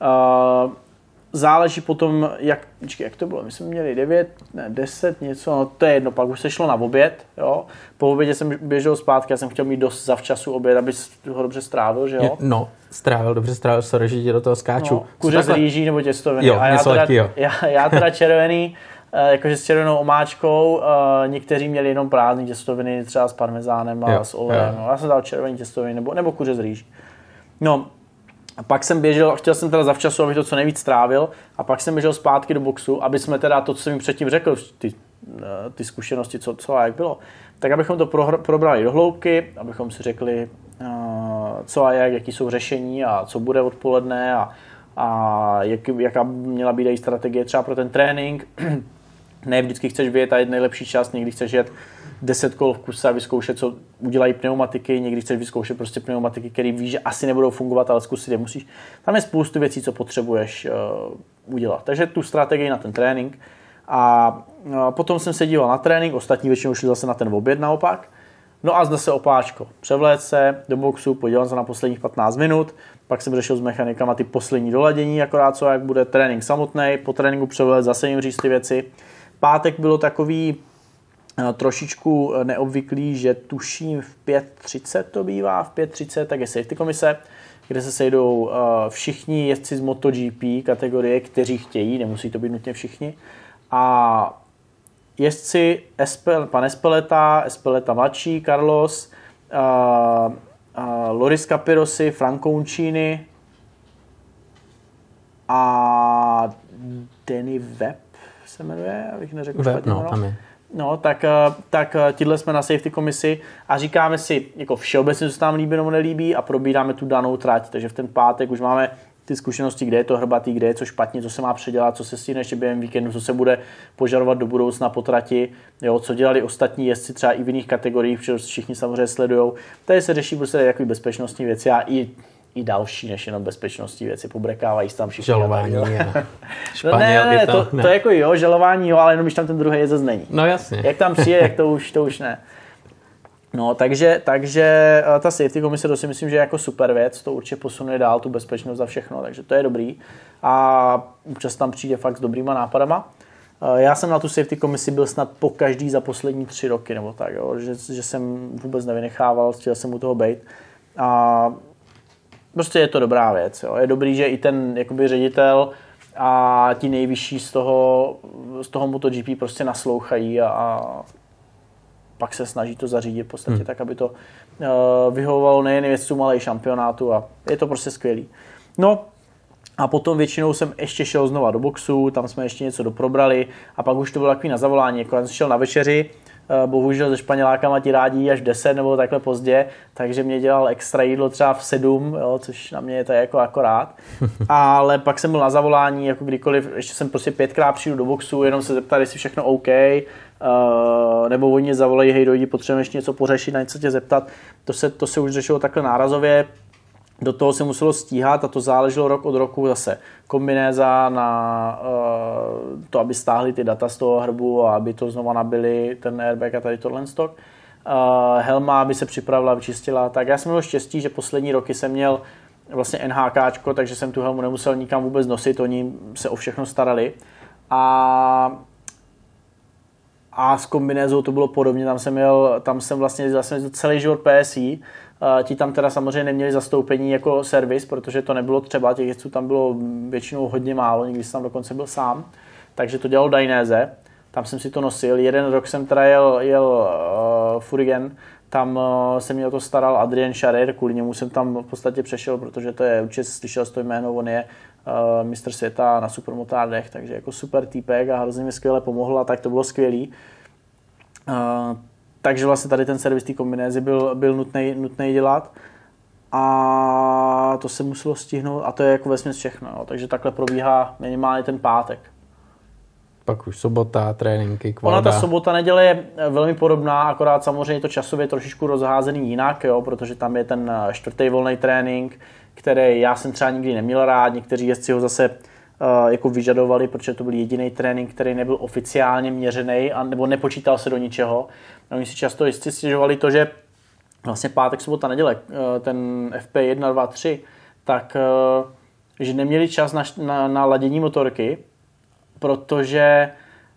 Záleží potom, jak to bylo, my jsme měli 10 něco, no to je jedno, pak už se šlo na oběd, jo. Po obědě jsem běžel zpátky, já jsem chtěl mít dost zavčasu oběd, aby ho dobře strávil, že jo. No, dobře strávil, sorry, že ti do toho skáču. No, kuře z rýží nebo těstoviny. Jo, a já teda červený, jakože s červenou omáčkou, někteří měli jenom prázdný těstoviny, třeba s parmezánem a s olejem. No, já jsem dal červený těstoviny nebo kuře z rýží. No, a pak jsem běžel, chtěl jsem teda zavčasu, abych to co nejvíc strávil, a pak jsem běžel zpátky do boxu, aby jsme teda to, co jsem mi předtím řekl, ty zkušenosti, co a jak bylo, tak abychom to probrali do hloubky, abychom si řekli, co a jaký jsou řešení a co bude odpoledne a jaká měla být její strategie třeba pro ten trénink. Ne vždycky chceš vyjet a jet nejlepší čas, někdy chceš jet 10 kol v kuse a vyzkoušet, co udělají pneumatiky, někdy chceš vyzkoušet prostě pneumatiky, které víš, že asi nebudou fungovat, ale zkusit je musíš. Tam je spoustu věcí, co potřebuješ udělat. Takže tu strategii na ten trénink. A potom jsem se díval na trénink, ostatní většinou šli zase na ten oběd naopak. No a zase opáčko. Převléct se do boxu, podíval se na posledních 15 minut, pak jsem řešil s mechanikama ty poslední doladění, akorát co jak bude trénink samotný, po tréninku převléct, zase jim říct ty věci. Pátek bylo takový trošičku neobvyklý, že tuším v 5:30 to bývá, v 5:30 tak je safety komise, kde se sejdou všichni jezdci z MotoGP kategorie, kteří chtějí, nemusí to být nutně všichni. A jezdci pan Espeleta mladší, Carlos, Loris Capirossi, Franco Uncini a Danny Webb se jmenuje, abych neřekl špatně. No, tam je. No, tak tíhle jsme na safety komisi a říkáme si, jako všeobecně, co se nám líbí nebo nelíbí a probíráme tu danou trať. Takže v ten pátek už máme ty zkušenosti, kde je to hrbatý, kde je co špatně, co se má předělat, co se stihne ještě během víkendu, co se bude požadovat do budoucna po trati, jo, co dělali ostatní jezdci třeba i v jiných kategoriích, protože všichni samozřejmě sledujou. Tady se řeší prostě takové bezpečnostní věci a i další než jenom bezpečnostní věci, pobrekávají tam všichni. Žalování. Španěl, to je jako jo, žalování jo, ale jenom když tam ten druhý jezdec není. No jasně. Jak tam přijde, jak to už ne. No, takže ta safety komise, to si myslím, že je jako super věc, to určitě posunuje dál tu bezpečnost a všechno, takže to je dobrý. A občas tam přijde fakt s dobrýma nápadama. Já jsem na tu safety komisi byl snad po každý za poslední 3 roky, nebo tak, jo, že jsem vůbec nevynechával, chtěl jsem u toho bejt. A prostě je to dobrá věc, jo. Je dobrý, že i ten jakoby ředitel a ti nejvyšší z toho MotoGP prostě naslouchají a pak se snaží to zařídit v podstatě tak, aby to vyhovovalo nejen věcům, ale i šampionátu a je to prostě skvělý. No a potom většinou jsem ještě šel znova do boxu, tam jsme ještě něco doprobrali a pak už to bylo takový na zavolání, jako jsem šel na večeři, bohužel se Španělákama ti rádi až 10 nebo takhle pozdě, takže mě dělal extra jídlo třeba v 7, jo, což na mě je to jako akorát. Ale pak jsem byl na zavolání, jako kdykoliv, ještě jsem prostě 5krát přijdu do boxu, jenom se zeptat, jestli všechno OK, nebo oni mě zavolají, hej dojdi, potřebuješ něco pořešit, na něco tě zeptat. To se už řešilo takhle nárazově. Do toho se muselo stíhat a to záleželo rok od roku zase. Kombinéza na to, aby stáhli ty data z toho hrbu a aby to znova nabili ten airbag a tady tohle stok. Helma, aby se připravila, vyčistila. Tak já jsem měl štěstí, že poslední roky jsem měl vlastně NHKčko, takže jsem tu helmu nemusel nikam vůbec nosit, oni se o všechno starali. A s kombinézou to bylo podobně, tam jsem vlastně celý život PSI. Ti tam teda samozřejmě neměli zastoupení jako servis, protože to nebylo třeba, těch jezdců tam bylo většinou hodně málo, někdy jsem tam dokonce byl sám, takže to dělal Dainese, tam jsem si to nosil. Jeden rok jsem teda jel Furigen, tam se mě o to staral Adrien Charer, kvůli němu jsem tam v podstatě přešel, protože to je, určitě slyšel jsi to jméno, on je mistr světa na supermotardech, takže jako super týpek a hrozně mi skvěle pomohl a tak to bylo skvělý. Takže vlastně tady ten servis té kombinézy byl nutný dělat a to se muselo stihnout a to je jako vesměs všechno. Jo. Takže takhle probíhá minimálně ten pátek. Pak už sobota, tréninky, kvalda. Ona ta sobota, neděle je velmi podobná, akorát samozřejmě to časově je trošičku rozházený jinak, jo, protože tam je ten 4. volný trénink, který já jsem třeba nikdy neměl rád, někteří jezdci ho zase jako vyžadovali, protože to byl jediný trénink, který nebyl oficiálně měřený, nebo nepočítal se do ničeho. A oni si často jistě stěžovali to, že vlastně pátek, sobota, neděle, ten FP 1, 2, 3, tak že neměli čas na ladění motorky, protože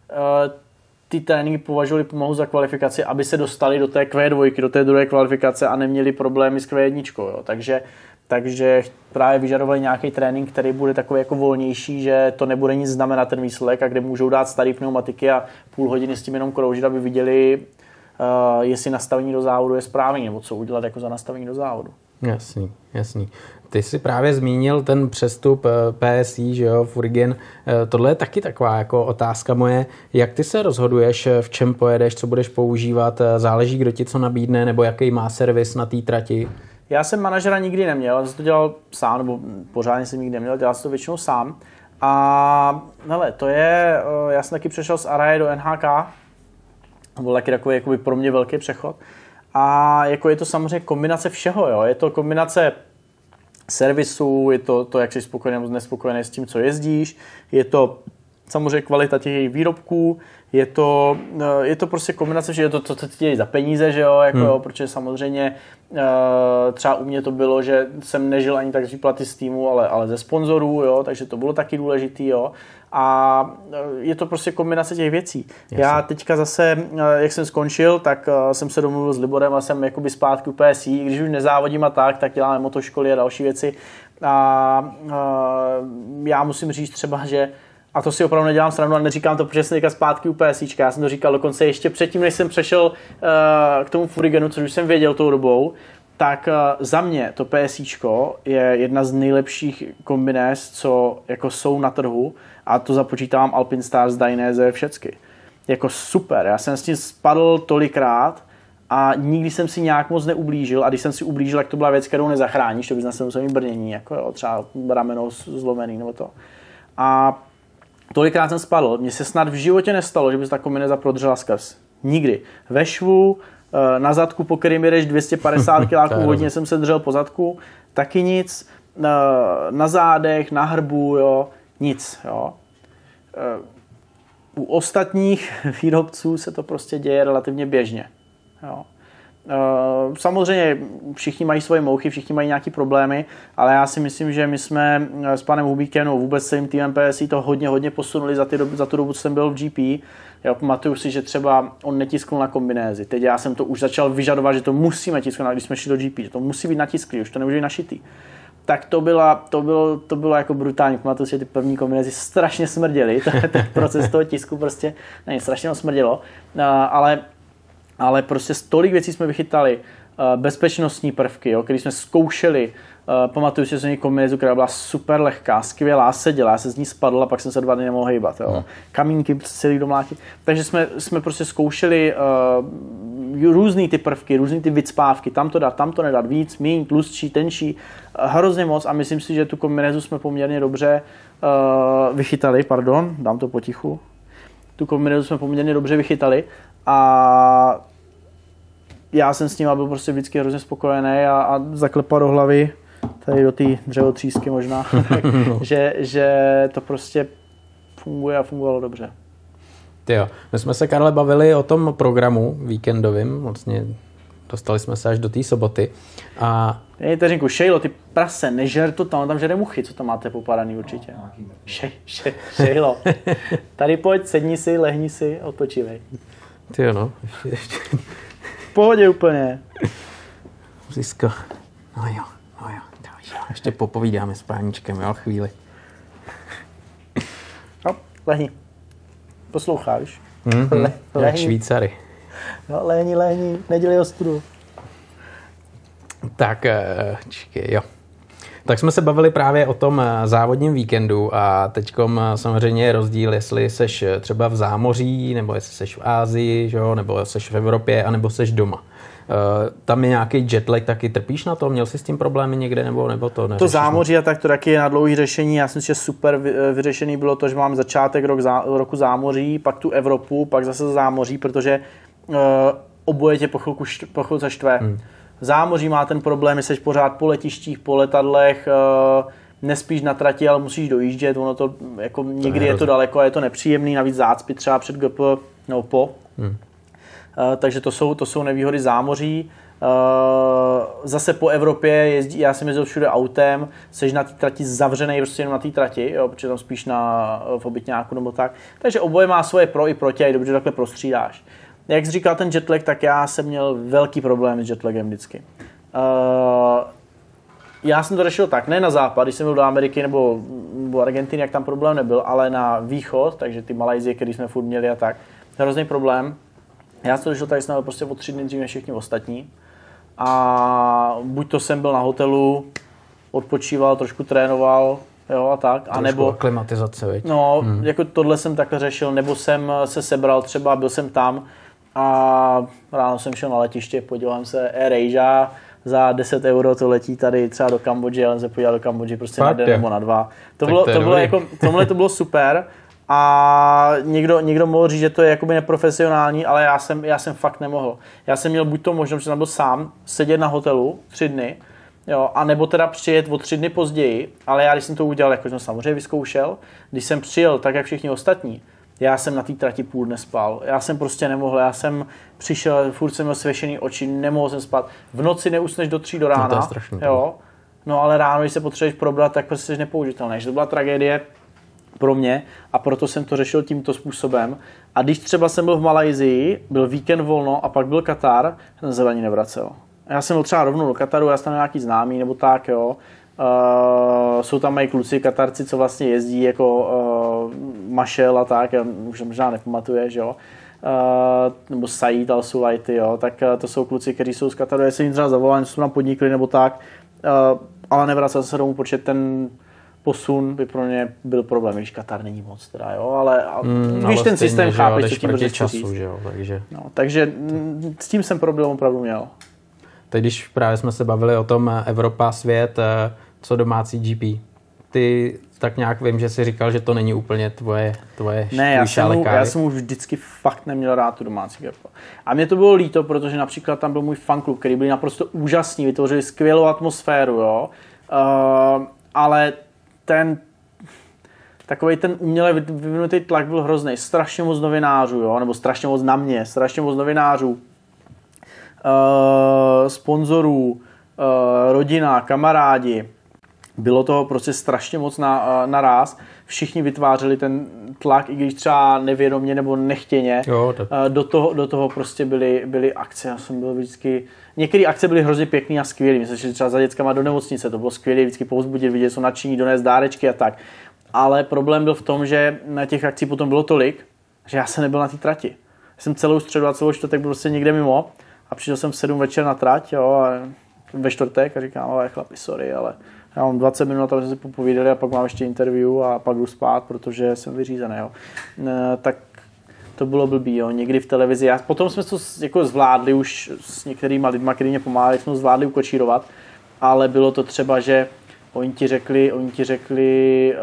ty tréninky považovali pomalu za kvalifikaci, aby se dostali do té Q2, do té druhé kvalifikace a neměli problémy s Q1. Jo. Takže právě vyžadovali nějaký trénink, který bude takový jako volnější, že to nebude nic znamenat ten výsledek a kde můžou dát starý pneumatiky a půl hodiny s tím jenom kroužit, aby viděli, jestli nastavení do závodu je správný, nebo co udělat jako za nastavení do závodu. Jasný. Ty jsi právě zmínil ten přestup PSI, že jo, Furigen. Tohle je taky taková jako otázka moje. Jak ty se rozhoduješ, v čem pojedeš, co budeš používat? Záleží, kdo ti co nabídne, nebo jaký má servis na té trati? Já jsem manažera nikdy neměl, já jsem to dělal sám, nebo pořádně jsem nikdy neměl, dělal jsem to většinou sám. A hele, to je, já jsem taky přešel z Araje do NHK, to byl taky takový jakoby pro mě velký přechod. A jako je to samozřejmě kombinace všeho, jo. Je to kombinace servisu, je to, jak jsi spokojený nebo nespokojený s tím, co jezdíš, je to samozřejmě kvalita těch výrobků, je to prostě kombinace, že je to, co ti dělají za peníze, že jo, jako jo, protože samozřejmě třeba u mě to bylo, že jsem nežil ani tak z výplaty z týmu, ale ze sponzorů, jo, takže to bylo taky důležitý, jo. A je to prostě kombinace těch věcí. Jasně. Já teďka zase, jak jsem skončil, tak jsem se domluvil s Liborem a jsem jakoby zpátky u PSI, když už nezávodím a tak děláme motoškoly a další věci. A já musím říct třeba, že a to si opravdu nedělám srandu a neříkám to, protože jsem teďka zpátky u PSIčka. Já jsem to říkal dokonce ještě předtím, než jsem přešel k tomu Furigenu, což už jsem věděl tou dobou, tak za mě to PSIčko je jedna z nejlepších kombinéz, co jako jsou na trhu, a to započítávám Alpinestars, Dainese, všecky. Jako super, já jsem s tím spadl tolikrát a nikdy jsem si nějak moc neublížil, a když jsem si ublížil, tak to byla věc, kterou nezachráníš, to by znamená, musel mít brnění, jako jo, třeba rameno zlomený nebo to. A tolikrát jsem spadl, mně se snad v životě nestalo, že by se ta kombinéza prodřela skrz. Nikdy. Ve švu, na zadku, po kterým jedeš 250 kg, hodně jsem se držel po zadku, taky nic, na zádech, na hrbu, jo, nic, jo. U ostatních výrobců se to prostě děje relativně běžně, jo. Samozřejmě všichni mají svoje mouchy, všichni mají nějaké problémy, ale já si myslím, že my jsme s panem Hubíkem, no vůbec celým týmem PSI to hodně posunuli za tu dobu, co jsem byl v GP. Já pamatuju si, že třeba on netiskl na kombinézy. Teď já jsem to už začal vyžadovat, že to musíme tisknout, když jsme šli do GP, že to musí být natisklý, už to nemůže být našitý. Tak to bylo jako brutální. Pamatuju si, že ty první kombinézy strašně smrděly. Ten proces toho tisku prostě strašně smrdělo. Ale prostě tolik věcí jsme vychytali, bezpečnostní prvky, jo, které jsme zkoušeli. Pamatuju si, že jsem měl kombinézu, která byla super lehká, skvělá, seděla, já se z ní spadl a pak jsem se 2 dny nemohl hejbat. Jo. Kamínky celý domlátí. Takže jsme prostě zkoušeli různý ty prvky, různý ty vycpávky, tam to dát, tam to nedat, víc, míň, tlustší, tenčí, hrozně moc, a myslím si, že tu kombinézu jsme poměrně dobře vychytali, dám to potichu. Tu kombinézu jsme poměrně dobře vychytali a já jsem s ním byl prostě vždycky hrozně spokojený a zaklepal do hlavy, tady do té dřevotřísky možná, že to prostě funguje a fungovalo dobře. Jo, my jsme se, Karle, bavili o tom programu víkendovým, vlastně dostali jsme se až do té soboty. A Ježíku, Šejlo, ty prase, nežer to tam žere muchy, co tam máte popadaný určitě. Šejlo, tady pojď, sedni si, lehni si, otočivej. Ty no, ještě. V pohodě úplně. Získo. No jo. Ještě popovídáme s páničkem, jo, chvíli. No, lehni. Posloucháš? Jak Švýcary. No, lehni, nedělej ostudu. Tak, čekaj, jo. Tak jsme se bavili právě o tom závodním víkendu a teďkom samozřejmě je rozdíl, jestli seš třeba v zámoří, nebo jestli seš v Ázii, že? Nebo seš v Evropě, anebo seš doma. Tam je nějaký jetlag, taky trpíš na to? Měl jsi s tím problémy někde, nebo to neřešíš? To zámoří a tak to taky je na dlouhý řešení. Já si myslím, že super vyřešený bylo to, že máme začátek roku zámoří, pak tu Evropu, pak zase zámoří, protože oboje tě po chvilce štve. Zámoří má ten problém, že jsi pořád po letištích, po letadlech, nespíš na trati, ale musíš dojíždět, ono to jako někdy je to daleko a je to nepříjemný, navíc zácpy třeba před GP nebo po. Takže to jsou nevýhody zámoří. Zase po Evropě jezdí, já jsem jezdil všude autem, seš na té trati zavřenej prostě jenom na té trati, jo, protože tam spíš v obytňáku nebo tak. Takže oboje má svoje pro i proti a je dobře, že takhle prostřídáš. Jak jsi říkal ten jetlag, tak já jsem měl velký problém s jetlagem vždycky. Já jsem to řešil tak, ne na západ, když jsem byl do Ameriky nebo Argentiny, jak tam problém nebyl, ale na východ, takže ty Malajzie, který jsme furt měli a tak, to je hrozný problém. Já jsem to řešil tak, jsem byl prostě o 3 dny dřív než všichni ostatní. A buď to jsem byl na hotelu, odpočíval, trošku trénoval, jo, a tak, a nebo aklimatizace, viď? No, jako tohle jsem takhle řešil, nebo jsem se sebral třeba, byl jsem tam a ráno jsem šel na letiště, podíval se Air Asia, za 10 euro to letí tady třeba do Kambodži, ale jsem se podíval do Kambodži prostě na den nebo na 2. To bylo jako, tomhle to bylo super. A někdo mohl říct, že to je jakoby neprofesionální, ale já jsem fakt nemohl. Já jsem měl buď to možnost, že jsem byl sám, sedět na hotelu 3 dny, jo, a nebo teda přijet o 3 dny později, ale já když jsem to udělal, jako jsem samozřejmě vyzkoušel, když jsem přijel tak, jak všichni ostatní, já jsem na té trati půl dne spal. Já jsem prostě nemohl, já jsem přišel, furt jsem měl svěšený oči, nemohl jsem spát. V noci neusneš do 3 do rána, to je strašný, jo. No ale ráno, když se potřebuješ probrat, tak prostě jsi nepoužitelný. Takže to byla tragédie pro mě a proto jsem to řešil tímto způsobem. A když třeba jsem byl v Malajsii, byl víkend volno a pak byl Katar, ten se ani nevracel. Já jsem byl třeba rovnou do Kataru, já jsem tam nějaký známý nebo tak, jo. Jsou tam mají kluci, Katarci, co vlastně jezdí jako Mašel a tak, už možná nepamatuješ, jo. Nebo Said Al-Sulaiti, jo. Tak to jsou kluci, kteří jsou z Kataru, já jsem jim třeba zavolal, jsou tam podnikli nebo tak, ale nevracel se domů, protože ten posun by pro mě byl problém, když Katar není moc teda, jo, ale víš, ten systém chápeš, co tím můžeš času, že jo, takže. No, takže s tím jsem problém opravdu měl. Teď, když právě jsme se bavili o tom Evropa, svět, co domácí GP, ty tak nějak vím, že jsi říkal, že to není úplně tvoje ne, já jsem už vždycky fakt neměl rád tu domácí GP. A mě to bylo líto, protože například tam byl můj fanklub, který byli naprosto úžasní, vytvořili skvělou atmosféru, jo, ale takovej ten uměle vyvinutý tlak byl hrozný. Strašně moc novinářů, jo? Nebo strašně moc na mě, strašně moc novinářů, sponzorů, rodina, kamarádi. Bylo toho prostě strašně moc naráz. Všichni vytvářeli ten tlak, i když třeba nevědomě nebo nechtěně. Jo, do toho prostě byly akce. Já jsem byl vždycky... Některé akce byly hrozně pěkný a skvělý. My jsme šli třeba za dětskama do nemocnice, to bylo skvělé, vždycky povzbudit, vidět, jsou nadšení, donést dárečky a tak. Ale problém byl v tom, že na těch akcí potom bylo tolik, že já jsem nebyl na té trati. Já jsem celou středu a celou čtvrtek byl prostě někde mimo a přišel jsem v 7 večer na trať, jo, a ve čtvrtek a říkám, ale chlapi, sorry, ale já mám 20 minut, aby jsme si popovídali a pak mám ještě interview a pak jdu spát, protože jsem vyřízený, jo. Tak to bylo blbý, jo, někdy v televizi. Potom jsme to jako zvládli už s některýma lidma, kteří mě pomáhali, jsme to zvládli ukočírovat, ale bylo to třeba, že oni ti řekli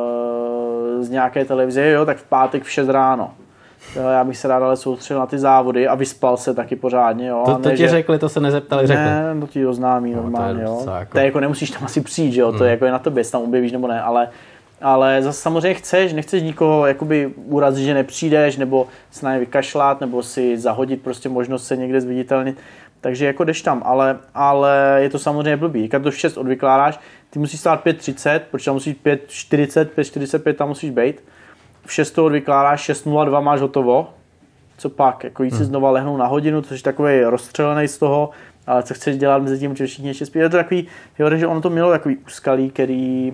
z nějaké televize, jo, tak v pátek v 6 ráno. Já bych se rád ale soustředil na ty závody a vyspal se taky pořádně, jo. To ti řekli, to se nezeptali, řekli. Ne, to ti oznámí normálně, jo. To je jako nemusíš tam asi přijít, že jo, to je jako je na tobě, jestli tam objevíš nebo ne, ale zase samozřejmě nechceš nikoho jakoby urazit, že nepřijdeš, nebo se na ně vykašlat, nebo si zahodit prostě možnost se někde zviditelnit. Takže jako jdeš tam, ale je to samozřejmě blbý. Když to v 6 odvykládáš, ty musíš stát 5:30, protože tam musíš 5:40, 5:45 tam musíš být. V 6 to odvykládáš, 6:02 máš hotovo. Co pak? Jako jít si znova lehnout na hodinu, což je takový rozstřelený z toho, ale co chceš dělat mezi tím, že všichni ještě spí. Je to takový, že ono to mělo takový úskalí, který,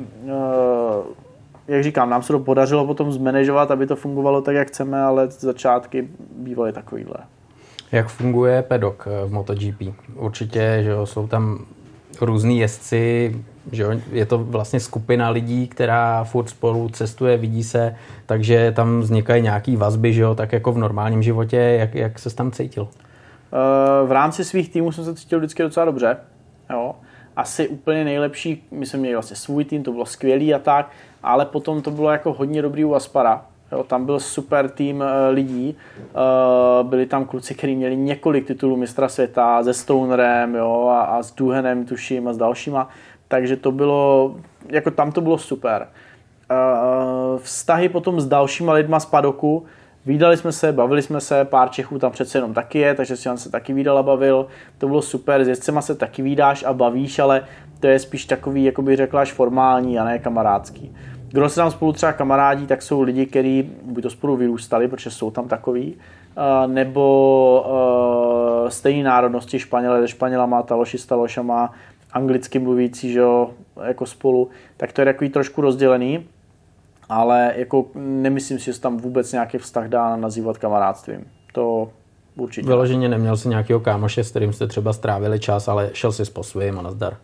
jak říkám, nám se to podařilo potom zmanéžovat, aby to fungovalo tak, jak chceme, ale začátky bývaly takovýhle. Jak funguje pedok v MotoGP? Určitě, že jo, jsou tam různý jezdci, že jo, je to vlastně skupina lidí, která furt spolu cestuje, vidí se, takže tam vznikají nějaký vazby, že jo, tak jako v normálním životě, jak ses tam cítil? V rámci svých týmů jsem se cítil vždycky docela dobře, jo. Asi úplně nejlepší, my jsme měli vlastně svůj tým, to bylo skvělý a tak, ale potom to bylo jako hodně dobrý u Aspara. Jo, tam byl super tým lidí, byli tam kluci, kteří měli několik titulů mistra světa, se Stonerem, jo, a s Duhanem tuším a s dalšíma, takže to bylo, jako tam to bylo super. Vztahy potom s dalšíma lidma z padoku, vídali jsme se, bavili jsme se, pár Čechů tam přece jenom taky je, takže si on se taky vídal a bavil, to bylo super, s jezdcema se taky vídáš a bavíš, ale to je spíš takový, jako bych řekla, až formální a ne kamarádský. Kdo se tam spolu třeba kamarádí, tak jsou lidi, kteří buď to spolu vyrůstali, protože jsou tam takový, nebo stejné národnosti, Španělé se Španělama, Taloši s Talošama, anglicky mluvící, že jo, jako spolu, tak to je takový trošku rozdělený, ale jako nemyslím si, že se tam vůbec nějaký vztah dá nazývat kamarádstvím. To určitě. Vyloženě neměl si nějakého kámoše, s kterým jste třeba strávili čas, ale šel jsi po svým a nazdar.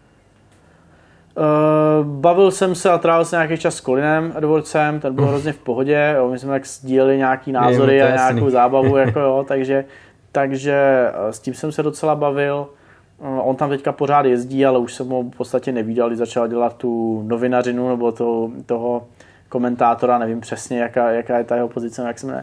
Bavil jsem se a trávil jsem nějaký čas s Colinem Edwardsem, ten byl hrozně v pohodě, jo, my jsme tak sdíleli nějaký názory a nějakou zábavu, jako jo, takže s tím jsem se docela bavil. On tam teďka pořád jezdí, ale už jsem ho v podstatě nevídal, když začal dělat tu novinařinu nebo toho komentátora, nevím přesně, jaká je ta jeho pozice, jak se jmenuje.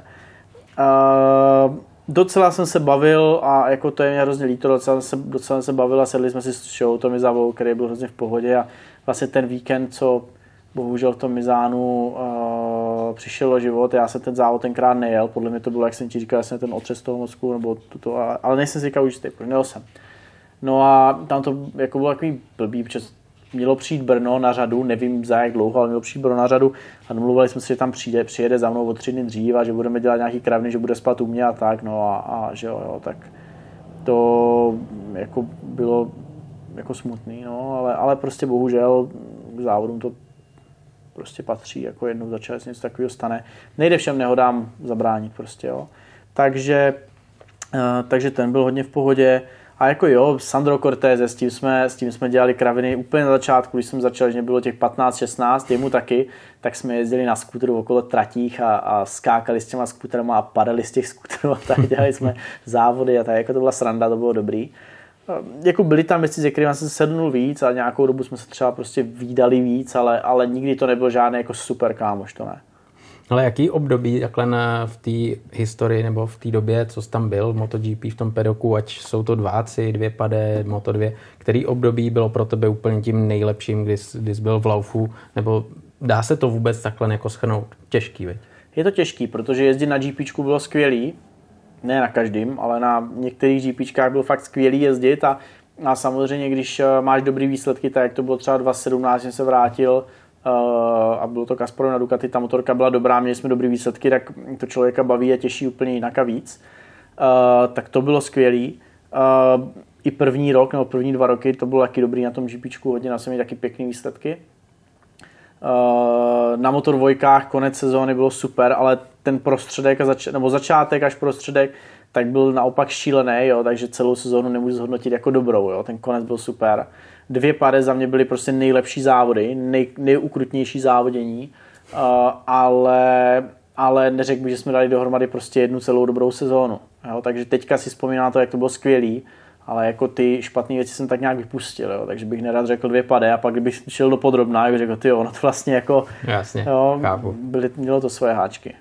Docela jsem se bavil a jako to je mě hrozně líto, docela jsem se bavil a sedli jsme si s show Tommy Zavou, který byl hrozně v pohodě a vlastně ten víkend, co bohužel v tom Mizánu přišel o život, já jsem ten závod tenkrát nejel, podle mě to bylo, jak jsem ti říkal, jsem ten otřes toho mozku, nebo ale nejsem si říkal jistý, protože nejel jsem. No a tam to jako bylo takový blbý, protože mělo přijít Brno na řadu, nevím za jak dlouho, ale mělo přijít Brno na řadu a domluvili jsme si, že tam přijede za mnou o 3 dny dřív a že budeme dělat nějaký kravny, že bude spát u mě a tak, no a že jo, tak to jako bylo jako smutný, no, ale prostě bohužel k závodům to prostě patří, jako jednou za čas něco takového stane. Nejde všem nehodám zabránit prostě, jo. Takže ten byl hodně v pohodě. A jako jo, Sandro Cortez, s tím jsme dělali kraviny úplně na začátku, když jsem začal, že mě bylo těch 15-16, jemu taky, tak jsme jezdili na skútru okolo tratích a skákali s těma skúterama a padali z těch skúterů a tak dělali jsme závody a tak, jako to byla sranda, to bylo dobrý. Jako byly tam věci, se kterými jsem se sednul víc a nějakou dobu jsme se třeba prostě vídali víc, ale nikdy to nebyl žádný jako super kámoš, to ne. Ale jaký období takhle v té historii nebo v té době, co jsi tam byl v MotoGP v tom pedoku, ať jsou to dváci, 2 pade, Moto2, který období bylo pro tebe úplně tím nejlepším, když jsi byl v laufu, nebo dá se to vůbec takhle jako shrnout? Těžký, veď? Je to těžký, protože jezdit na GPčku bylo skvělý, ne na každém, ale na některých GPčkách bylo fakt skvělý jezdit a samozřejmě, když máš dobrý výsledky, tak jak to bylo třeba 2017, jsem se vrátil a bylo to Kasparov na Ducati, ta motorka byla dobrá, měli jsme dobrý výsledky, tak to člověka baví a těší úplně jinak a víc. Tak to bylo skvělý. I první rok nebo první 2 roky to bylo taky dobrý na tom GPčku, hodně na jsem taky pěkný výsledky. Na Moto2 konec sezóny bylo super, ale ten prostředek nebo začátek až prostředek tak byl naopak šílený, jo, takže celou sezónu nemůžu zhodnotit jako dobrou, jo, ten konec byl super. 2 pady za mě byly prostě nejlepší závody, nejukrutnější závodění, ale neřekl bych, že jsme dali dohromady prostě jednu celou dobrou sezónu, jo, takže teďka si vzpomínám to, jak to bylo skvělý, ale jako ty špatné věci jsem tak nějak vypustil, jo, takže bych nerad řekl 2 pady a pak kdybych šel do podrobná, bych řekl, ty jo, no to vlastně jako, jasně, jo, chápu. mělo to svoje háčky.